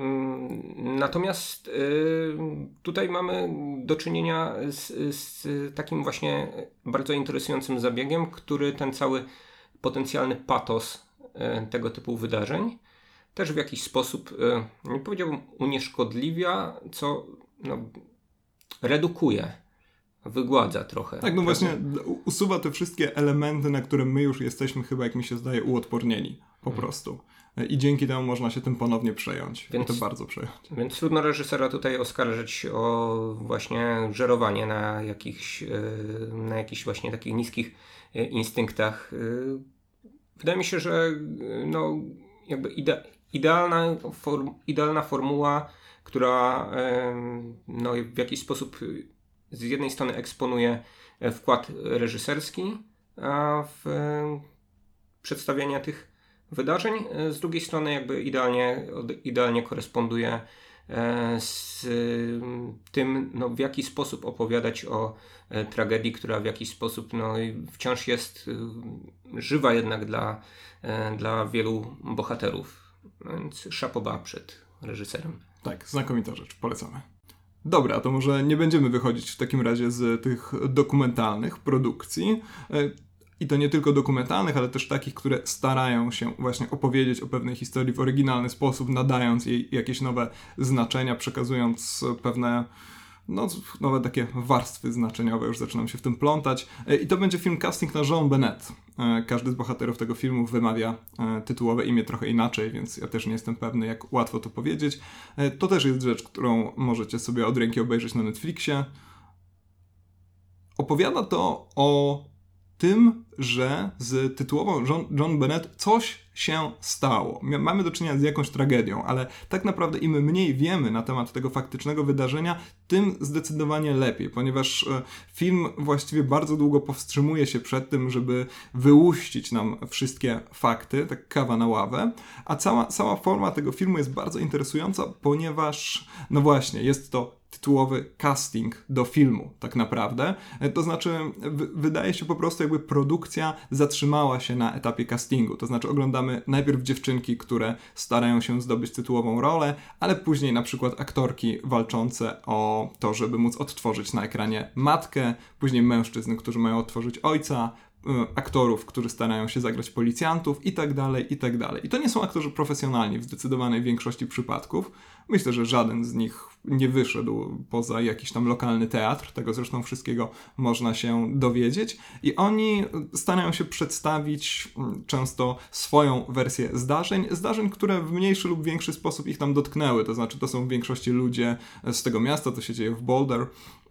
Natomiast tutaj mamy do czynienia z, z takim właśnie bardzo interesującym zabiegiem, który ten cały potencjalny patos tego typu wydarzeń też w jakiś sposób, nie powiedziałbym unieszkodliwia, co no, redukuje, wygładza trochę. Tak, no właśnie usuwa te wszystkie elementy, na które my już jesteśmy chyba, jak mi się zdaje, uodpornieni po hmm. prostu. I dzięki temu można się tym ponownie przejąć. Więc, I to bardzo przejąć. Więc trudno reżysera tutaj oskarżyć o właśnie żerowanie na jakichś, na jakichś właśnie takich niskich instynktach. Wydaje mi się, że no, jakby ide, idealna, form, idealna formuła, która no, w jakiś sposób z jednej strony eksponuje wkład reżyserski w przedstawianie tych wydarzeń, z drugiej strony jakby idealnie, idealnie koresponduje z tym, no, w jaki sposób opowiadać o tragedii, która w jakiś sposób no, wciąż jest żywa jednak dla, dla wielu bohaterów. Więc chapeau bas przed reżyserem. Tak, znakomita rzecz, polecamy. Dobra, to może nie będziemy wychodzić w takim razie z tych dokumentalnych produkcji. I to nie tylko dokumentalnych, ale też takich, które starają się właśnie opowiedzieć o pewnej historii w oryginalny sposób, nadając jej jakieś nowe znaczenia, przekazując pewne no, nowe takie warstwy znaczeniowe, już zaczynam się w tym plątać. I to będzie film Casting na Joan Bennett. Każdy z bohaterów tego filmu wymawia tytułowe imię trochę inaczej, więc ja też nie jestem pewny, jak łatwo to powiedzieć. To też jest rzecz, którą możecie sobie od ręki obejrzeć na Netflixie. Opowiada to o tym, że z tytułową John, Joan Bennett coś się stało. Mamy do czynienia z jakąś tragedią, ale tak naprawdę im mniej wiemy na temat tego faktycznego wydarzenia, tym zdecydowanie lepiej, ponieważ film właściwie bardzo długo powstrzymuje się przed tym, żeby wyłuścić nam wszystkie fakty, tak kawa na ławę, a cała, cała forma tego filmu jest bardzo interesująca, ponieważ, no właśnie, jest to tytułowy casting do filmu, tak naprawdę. To znaczy, w- wydaje się po prostu jakby produkcja zatrzymała się na etapie castingu. To znaczy, oglądamy najpierw dziewczynki, które starają się zdobyć tytułową rolę, ale później na przykład aktorki walczące o to, żeby móc odtworzyć na ekranie matkę, później mężczyzn, którzy mają odtworzyć ojca, aktorów, którzy starają się zagrać policjantów i tak dalej, i tak dalej. I to nie są aktorzy profesjonalni w zdecydowanej większości przypadków. Myślę, że żaden z nich nie wyszedł poza jakiś tam lokalny teatr, tego zresztą wszystkiego można się dowiedzieć. I oni starają się przedstawić często swoją wersję zdarzeń, zdarzeń, które w mniejszy lub większy sposób ich tam dotknęły. To znaczy, to są w większości ludzie z tego miasta, to się dzieje w Boulder,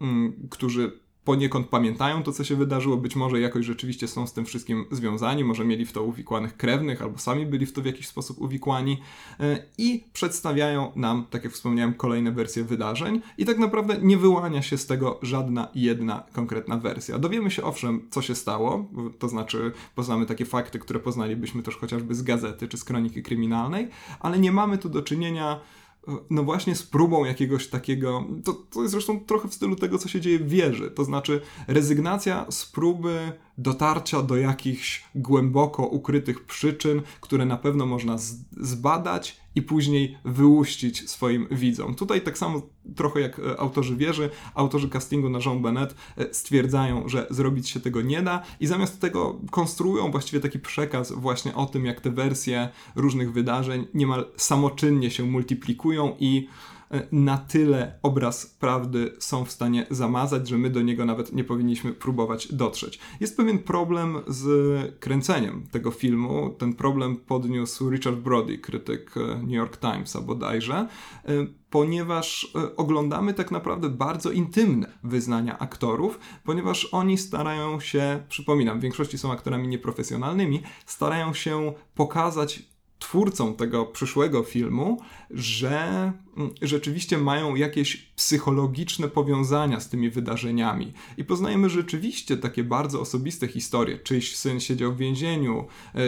którzy poniekąd pamiętają to, co się wydarzyło, być może jakoś rzeczywiście są z tym wszystkim związani, może mieli w to uwikłanych krewnych, albo sami byli w to w jakiś sposób uwikłani i przedstawiają nam, tak jak wspomniałem, kolejne wersje wydarzeń i tak naprawdę nie wyłania się z tego żadna jedna konkretna wersja. Dowiemy się owszem, co się stało, to znaczy poznamy takie fakty, które poznalibyśmy też chociażby z gazety czy z kroniki kryminalnej, ale nie mamy tu do czynienia no właśnie z próbą jakiegoś takiego, to, to jest zresztą trochę w stylu tego, co się dzieje w Wieży, to znaczy rezygnacja z próby dotarcia do jakichś głęboko ukrytych przyczyn, które na pewno można z- zbadać i później wyłuścić swoim widzom. Tutaj tak samo trochę jak autorzy Wieży, autorzy castingu na Joan Bennett stwierdzają, że zrobić się tego nie da i zamiast tego konstruują właściwie taki przekaz właśnie o tym, jak te wersje różnych wydarzeń niemal samoczynnie się multiplikują i na tyle obraz prawdy są w stanie zamazać, że my do niego nawet nie powinniśmy próbować dotrzeć. Jest pewien problem z kręceniem tego filmu. Ten problem podniósł Richard Brody, krytyk New York Timesa bodajże, ponieważ oglądamy tak naprawdę bardzo intymne wyznania aktorów, ponieważ oni starają się, przypominam, w większości są aktorami nieprofesjonalnymi, starają się pokazać twórcom tego przyszłego filmu, że rzeczywiście mają jakieś psychologiczne powiązania z tymi wydarzeniami. I poznajemy rzeczywiście takie bardzo osobiste historie. Czyjś syn siedział w więzieniu,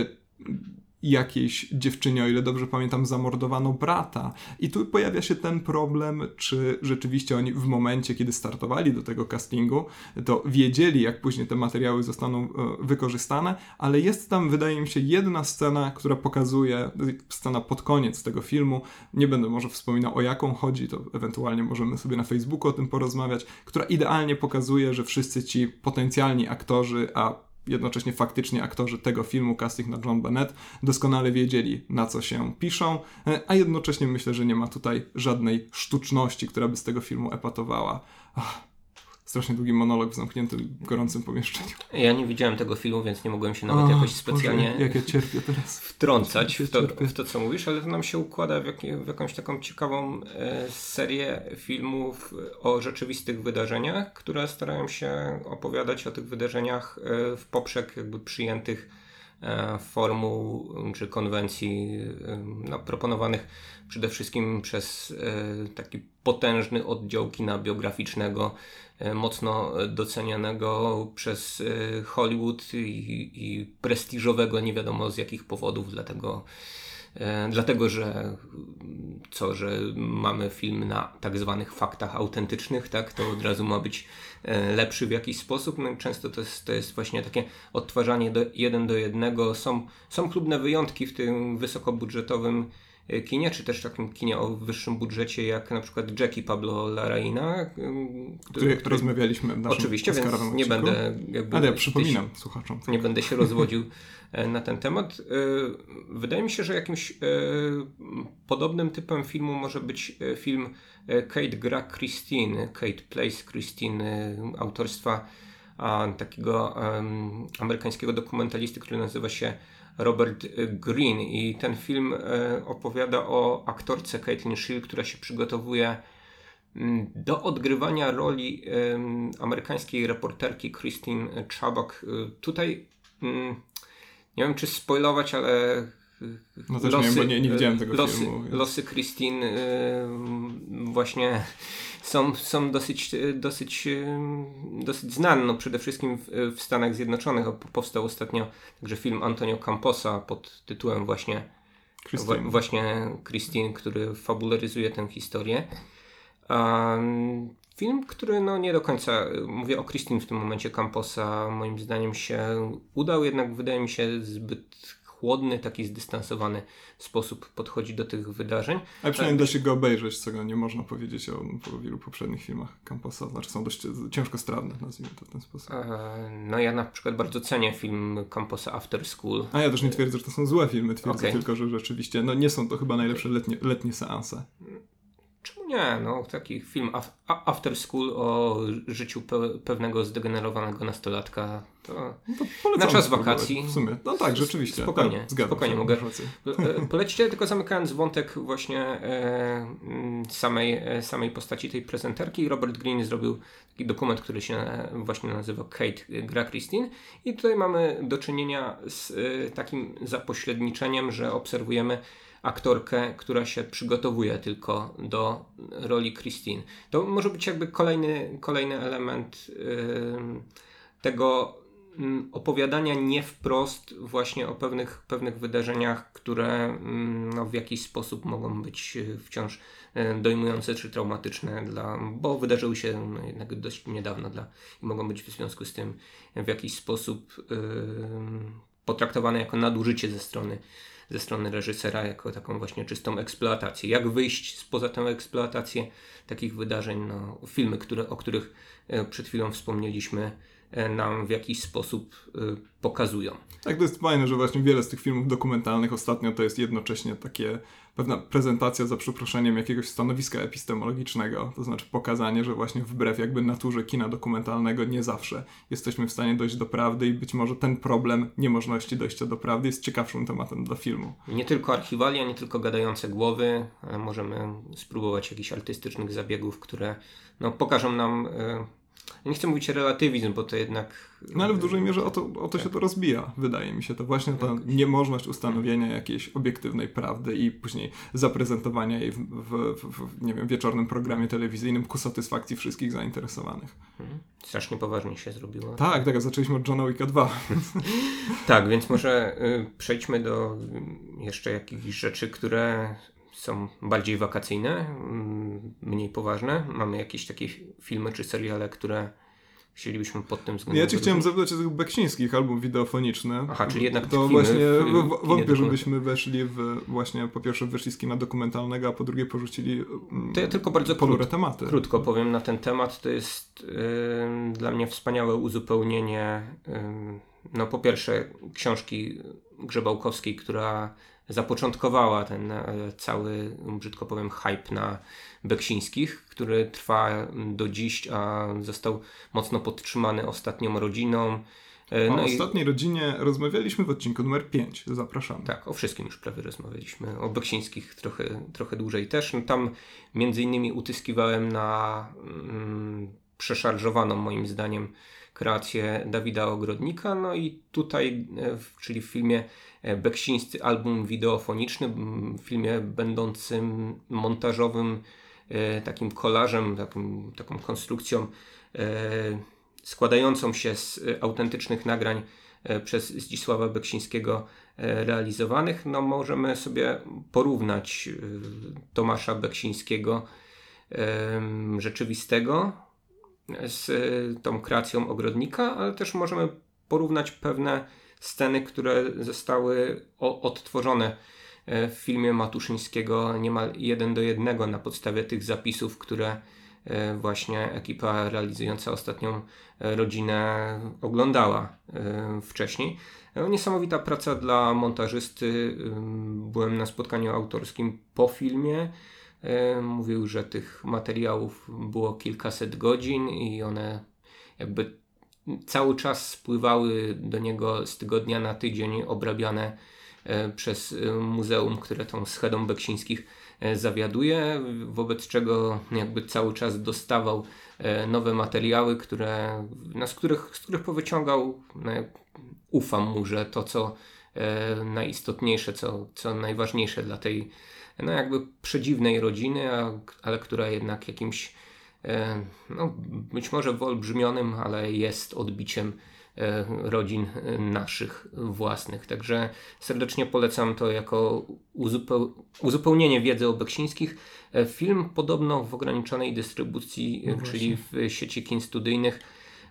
jakiejś dziewczynie, o ile dobrze pamiętam, zamordowano brata. I tu pojawia się ten problem, czy rzeczywiście oni w momencie, kiedy startowali do tego castingu, to wiedzieli, jak później te materiały zostaną e, wykorzystane, ale jest tam, wydaje mi się, jedna scena, która pokazuje, scena pod koniec tego filmu, nie będę może wspominał, o jaką chodzi, to ewentualnie możemy sobie na Facebooku o tym porozmawiać, która idealnie pokazuje, że wszyscy ci potencjalni aktorzy, a jednocześnie faktycznie aktorzy tego filmu, casting na John Bennett, doskonale wiedzieli, na co się piszą, a jednocześnie myślę, że nie ma tutaj żadnej sztuczności, która by z tego filmu epatowała. Ach, strasznie długi monolog w zamkniętym, gorącym pomieszczeniu. Ja nie widziałem tego filmu, więc nie mogłem się nawet o, jakoś specjalnie Boże, jak ja cierpię teraz. wtrącać w to, w to, co mówisz, ale to nam się układa w, jak, w jakąś taką ciekawą e, serię filmów o rzeczywistych wydarzeniach, które starają się opowiadać o tych wydarzeniach e, w poprzek jakby przyjętych e, formuł czy konwencji e, no, proponowanych przede wszystkim przez e, taki potężny oddział kina biograficznego, mocno docenianego przez Hollywood i, i prestiżowego, nie wiadomo z jakich powodów, dlatego, e, dlatego że co, że mamy film na tak zwanych faktach autentycznych, tak, to od razu ma być e, lepszy w jakiś sposób. No, często to jest, to jest właśnie takie odtwarzanie do, jeden do jednego. Są, są chlubne wyjątki w tym wysokobudżetowym kinie, czy też takim kinie o wyższym budżecie, jak na przykład Jackie Pablo Larraína, który, który rozmawialiśmy w naszym oczywiście, więc Oscarowym nie odcinku. będę jakby, ale ja przypominam słuchaczom. Nie będę się rozwodził na ten temat. Wydaje mi się, że jakimś podobnym typem filmu może być film Kate gra Christine, Kate Plays Christine, autorstwa takiego amerykańskiego dokumentalisty, który nazywa się Robert Greene, i ten film e, opowiada o aktorce Caitlin Scheel, która się przygotowuje m, do odgrywania roli e, amerykańskiej reporterki Christine Chubbuck. E, tutaj m, nie wiem, czy spoilować, ale no też losy, nie wiem, bo nie, nie widziałem tego losy, filmu. Więc... Losy Christine e, właśnie są, są dosyć, dosyć, dosyć znane. No przede wszystkim w, w Stanach Zjednoczonych powstał ostatnio także film Antonio Camposa pod tytułem właśnie Christine, w, właśnie Christine, który fabularyzuje tę historię. Um, film, który no nie do końca, mówię o Christine w tym momencie, Camposa moim zdaniem się udał, jednak wydaje mi się zbyt chłodny, taki zdystansowany sposób podchodzi do tych wydarzeń. Ale przynajmniej da się go obejrzeć, czego nie można powiedzieć o, o wielu poprzednich filmach Camposa. Znaczy są dość ciężkostrawne, nazwijmy to w ten sposób. No ja na przykład bardzo cenię film Camposa After School. A ja też nie twierdzę, że to są złe filmy, twierdzę okay. tylko, że rzeczywiście no nie są to chyba najlepsze letnie, letnie seanse. Czemu nie? No, taki film After School o życiu pe- pewnego zdegenerowanego nastolatka to, to na czas wakacji. W sumie. No tak, rzeczywiście. Spokojnie, tak, zgadzam spokojnie się, mogę polecić, tylko zamykając wątek właśnie e, samej, e, samej postaci tej prezenterki. Robert Greene zrobił taki dokument, który się właśnie nazywa Kate gra Christine, i tutaj mamy do czynienia z e, takim zapośredniczeniem, że obserwujemy aktorkę, która się przygotowuje tylko do roli Christine. To może być jakby kolejny, kolejny element yy, tego yy, opowiadania nie wprost właśnie o pewnych, pewnych wydarzeniach, które yy, no, w jakiś sposób mogą być wciąż yy, dojmujące czy traumatyczne, dla, bo wydarzyły się no, jednak dość niedawno dla, i mogą być w związku z tym w jakiś sposób yy, potraktowane jako nadużycie ze strony ze strony reżysera, jako taką właśnie czystą eksploatację. Jak wyjść spoza tę eksploatację takich wydarzeń? No, filmy, które, o których przed chwilą wspomnieliśmy, nam w jakiś sposób y, pokazują. Tak, to jest fajne, że właśnie wiele z tych filmów dokumentalnych ostatnio to jest jednocześnie takie pewna prezentacja, za przeproszeniem, jakiegoś stanowiska epistemologicznego, to znaczy pokazanie, że właśnie wbrew jakby naturze kina dokumentalnego nie zawsze jesteśmy w stanie dojść do prawdy i być może ten problem niemożności dojścia do prawdy jest ciekawszym tematem dla filmu. Nie tylko archiwalia, nie tylko gadające głowy, ale możemy spróbować jakichś artystycznych zabiegów, które no, pokażą nam y, nie chcę mówić relatywizm, bo to jednak... No ale w dużej mierze o to, o to tak. się to rozbija, wydaje mi się. To właśnie ta tak. niemożność ustanowienia jakiejś obiektywnej prawdy i później zaprezentowania jej w, w, w, w nie wiem, wieczornym programie telewizyjnym ku satysfakcji wszystkich zainteresowanych. Hmm. Strasznie poważnie się zrobiło. Tak, tak, zaczęliśmy od Johna Wicka dwa. Tak, więc może y, przejdźmy do y, jeszcze jakichś rzeczy, które są bardziej wakacyjne, y, mniej poważne. Mamy jakieś takie filmy czy seriale, które chcielibyśmy pod tym względem... Ja cię chciałem zapytać o tych beksińskich album wideofoniczny. Aha, czyli jednak to właśnie w, w, wątpię, żebyśmy weszli w właśnie, po pierwsze wyszli z kina dokumentalnego, a po drugie porzucili to ja tylko bardzo ponure krót, tematy. Krótko powiem na ten temat. To jest yy, dla mnie wspaniałe uzupełnienie yy, no po pierwsze książki Grzebałkowskiej, która zapoczątkowała ten e, cały, brzydko powiem, hype na Beksińskich, który trwa do dziś, a został mocno podtrzymany ostatnią rodziną. E, no o i... ostatniej rodzinie rozmawialiśmy w odcinku numer pięć. Zapraszamy. Tak, o wszystkim już prawie rozmawialiśmy. O Beksińskich trochę, trochę dłużej też. No, tam między innymi utyskiwałem na mm, przeszarżowaną moim zdaniem kreację Dawida Ogrodnika. No i tutaj, w, czyli w filmie Beksińscy album wideofoniczny, w filmie będącym montażowym e, takim kolażem, takim, taką konstrukcją e, składającą się z autentycznych nagrań e, przez Zdzisława Beksińskiego e, realizowanych, no możemy sobie porównać e, Tomasza Beksińskiego e, rzeczywistego z e, tą kreacją Ogrodnika, ale też możemy porównać pewne sceny, które zostały o, odtworzone w filmie Matuszyńskiego niemal jeden do jednego na podstawie tych zapisów, które właśnie ekipa realizująca ostatnią rodzinę oglądała wcześniej. Niesamowita praca dla montażysty. Byłem na spotkaniu autorskim po filmie. Mówił, że tych materiałów było kilkaset godzin i one jakby cały czas spływały do niego z tygodnia na tydzień, obrabiane e, przez muzeum, które tą schedą Beksińskich e, zawiaduje, wobec czego jakby cały czas dostawał e, nowe materiały, które, no, z, których, z których powyciągał, no, ufam mu, że to co e, najistotniejsze, co, co najważniejsze dla tej no, jakby przedziwnej rodziny, a, ale która jednak jakimś no, być może wyolbrzymionym, ale jest odbiciem rodzin naszych własnych. Także serdecznie polecam to jako uzupeł- uzupełnienie wiedzy o Beksińskich. Film podobno w ograniczonej dystrybucji, no czyli w sieci kin studyjnych,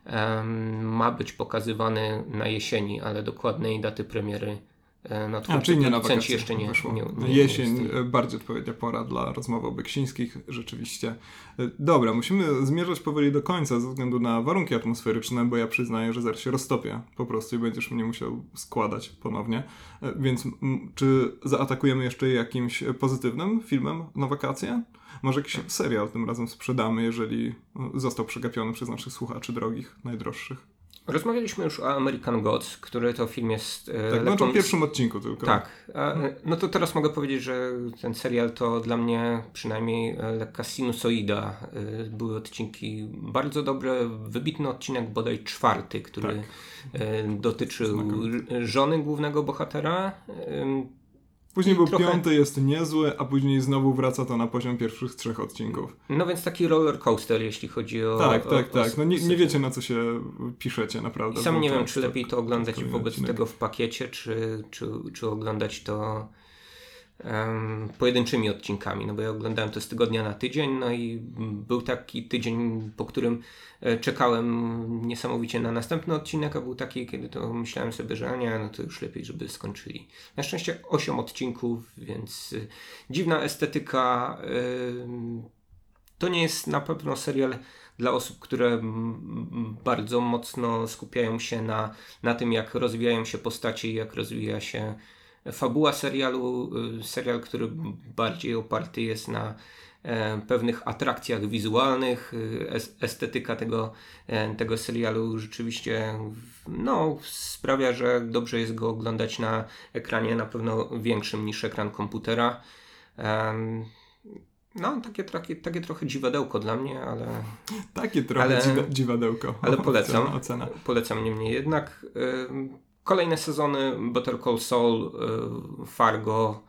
ma być pokazywany na jesieni, ale dokładnej daty premiery no, A, czyli nie na wakacje jeszcze nie, wyszło. nie, nie, Jesień, nie bardziej odpowiednia pora dla rozmowy o Beksińskich, rzeczywiście. Dobra, musimy zmierzać powoli do końca ze względu na warunki atmosferyczne, bo ja przyznaję, że zaraz się roztopię po prostu i będziesz mnie musiał składać ponownie. Więc m, czy zaatakujemy jeszcze jakimś pozytywnym filmem na wakacje? Może jakiś serial tym razem sprzedamy, jeżeli został przegapiony przez naszych słuchaczy drogich, najdroższych. Rozmawialiśmy już o American Gods, który to film jest... E, tak, lekką... no to w pierwszym odcinku tylko. Tak. A, no to teraz mogę powiedzieć, że ten serial to dla mnie przynajmniej lekka sinusoida. Były odcinki bardzo dobre. Wybitny odcinek, bodaj czwarty, który tak. dotyczył Znakomicie. żony głównego bohatera. Później był trochę... piąty, jest niezły, a później znowu wraca to na poziom pierwszych trzech odcinków. No więc taki roller coaster, jeśli chodzi o... Tak, o, tak, o, tak. No nie, nie wiecie, na co się piszecie, naprawdę. I sam nie wiem, czy lepiej to oglądać wobec odcinek. tego w pakiecie, czy, czy, czy oglądać to um, pojedynczymi odcinkami. No bo ja oglądałem to z tygodnia na tydzień, no i był taki tydzień, po którym czekałem niesamowicie na następny odcinek, a był taki, kiedy to myślałem sobie, że nie, no to już lepiej, żeby skończyli. Na szczęście osiem odcinków, więc y, dziwna estetyka. Y, to nie jest na pewno serial dla osób, które m, bardzo mocno skupiają się na, na tym, jak rozwijają się postacie i jak rozwija się fabuła serialu. Y, serial, który bardziej oparty jest na pewnych atrakcjach wizualnych. Estetyka tego, tego serialu rzeczywiście no, sprawia, że dobrze jest go oglądać na ekranie na pewno większym niż ekran komputera. No, takie, takie, takie trochę dziwadełko dla mnie, ale... Takie trochę ale, dziwa, dziwadełko. Ale polecam. Ocena. Polecam niemniej jednak. Kolejne sezony Better Call Saul, Fargo,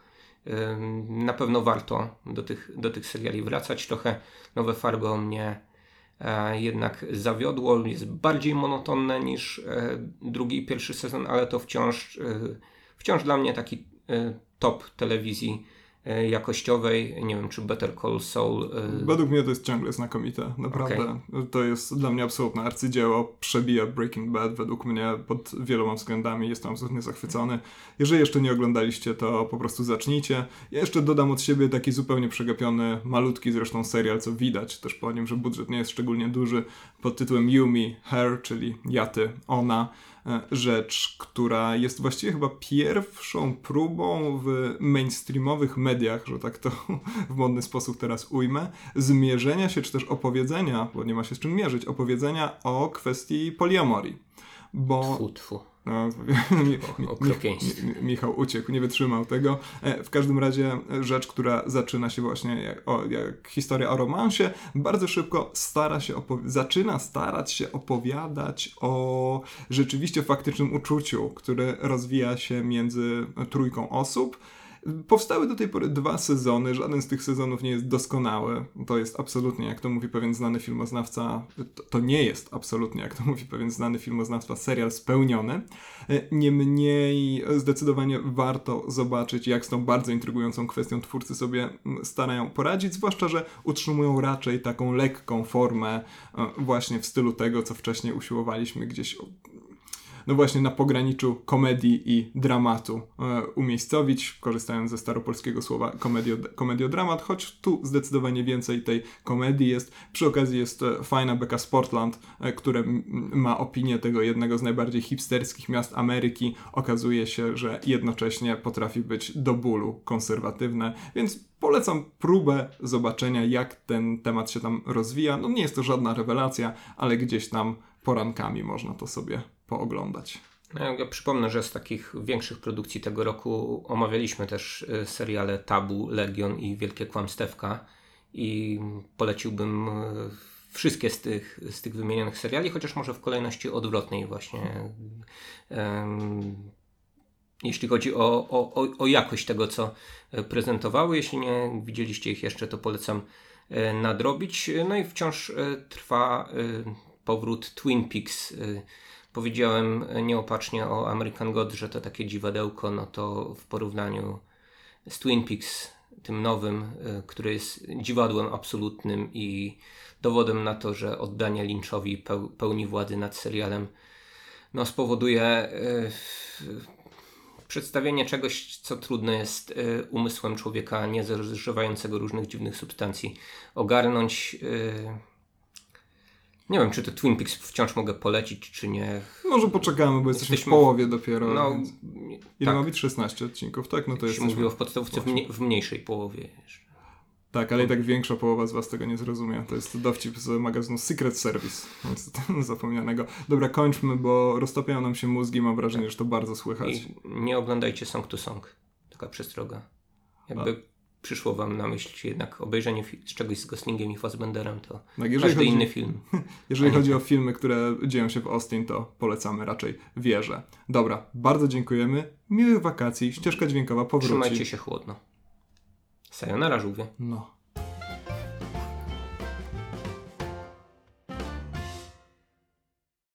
na pewno warto do tych, do tych seriali wracać. Trochę nowe Fargo mnie jednak zawiodło. Jest bardziej monotonne niż drugi i pierwszy sezon, ale to wciąż, wciąż dla mnie taki top telewizji jakościowej. Nie wiem, czy Better Call Saul... Według mnie to jest ciągle znakomite. Naprawdę. Okay. To jest dla mnie absolutne arcydzieło. Przebija Breaking Bad według mnie pod wieloma względami. Jestem absolutnie zachwycony. Jeżeli jeszcze nie oglądaliście, to po prostu zacznijcie. Ja jeszcze dodam od siebie taki zupełnie przegapiony, malutki zresztą serial, co widać też po nim, że budżet nie jest szczególnie duży, pod tytułem You, Me, Her, czyli ja, ty, ona. Rzecz, która jest właściwie chyba pierwszą próbą w mainstreamowych mediach, że tak to w modny sposób teraz ujmę, zmierzenia się, czy też opowiedzenia, bo nie ma się z czym mierzyć, opowiedzenia o kwestii poliamorii. Bo... Tfu, tfu. No, mi, mi, mi, Michał uciekł, nie wytrzymał tego. W każdym razie rzecz, która zaczyna się właśnie jak, o, jak historia o romansie, bardzo szybko stara się opowi- zaczyna starać się opowiadać o rzeczywiście faktycznym uczuciu, które rozwija się między trójką osób. Powstały do tej pory dwa sezony, żaden z tych sezonów nie jest doskonały. To jest absolutnie, jak to mówi pewien znany filmoznawca, to, to nie jest absolutnie, jak to mówi pewien znany filmoznawca, serial spełniony. Niemniej zdecydowanie warto zobaczyć, jak z tą bardzo intrygującą kwestią twórcy sobie starają poradzić, zwłaszcza, że utrzymują raczej taką lekką formę właśnie w stylu tego, co wcześniej usiłowaliśmy gdzieś no właśnie na pograniczu komedii i dramatu e, umiejscowić, korzystając ze staropolskiego słowa komedio, komediodramat, choć tu zdecydowanie więcej tej komedii jest. Przy okazji jest e, fajna beka z Portland, e, które m, ma opinię tego jednego z najbardziej hipsterskich miast Ameryki. Okazuje się, że jednocześnie potrafi być do bólu konserwatywne, więc polecam próbę zobaczenia, jak ten temat się tam rozwija. No nie jest to żadna rewelacja, ale gdzieś tam porankami można to sobie pooglądać. No, ja przypomnę, że z takich większych produkcji tego roku omawialiśmy też seriale Tabu, Legion i Wielkie Kłamstewka i poleciłbym wszystkie z tych, z tych wymienionych seriali, chociaż może w kolejności odwrotnej właśnie. Um, jeśli chodzi o, o, o jakość tego, co prezentowały. Jeśli nie widzieliście ich jeszcze, to polecam nadrobić. No i wciąż trwa powrót Twin Peaks. Powiedziałem nieopatrznie o American God, że to takie dziwadełko, no to w porównaniu z Twin Peaks, tym nowym, który jest dziwadłem absolutnym i dowodem na to, że oddanie Lynchowi peł- pełni władzy nad serialem, no spowoduje yy, przedstawienie czegoś, co trudne jest yy, umysłem człowieka niezażywającego różnych dziwnych substancji ogarnąć. Yy, Nie wiem, czy to Twin Peaks wciąż mogę polecić, czy nie. Może poczekamy, bo jesteśmy, jesteśmy w połowie dopiero. No, więc... Ile tak. ma być? szesnaście odcinków, tak? No to jest. Mówiło w podstawówce w, mniej, w mniejszej połowie jeszcze. Tak, ale i tak większa połowa z was tego nie zrozumie. To jest dowcip z magazynu Secret Service, zapomnianego. Dobra, kończmy, bo roztapiają nam się mózgi, mam wrażenie, tak. że to bardzo słychać. I nie oglądajcie Song to Song. Taka przestroga. Jakby... A. Przyszło wam na myśl jednak obejrzenie fi- czegoś z Goslingiem i Fassbenderem, to tak, każdy chodzi, inny film. Jeżeli chodzi o filmy, które dzieją się w Austin, to polecamy raczej wieże. Dobra, bardzo dziękujemy. Miłych wakacji. Ścieżka dźwiękowa powróci. Trzymajcie się chłodno. Sayonara, żółwie. No.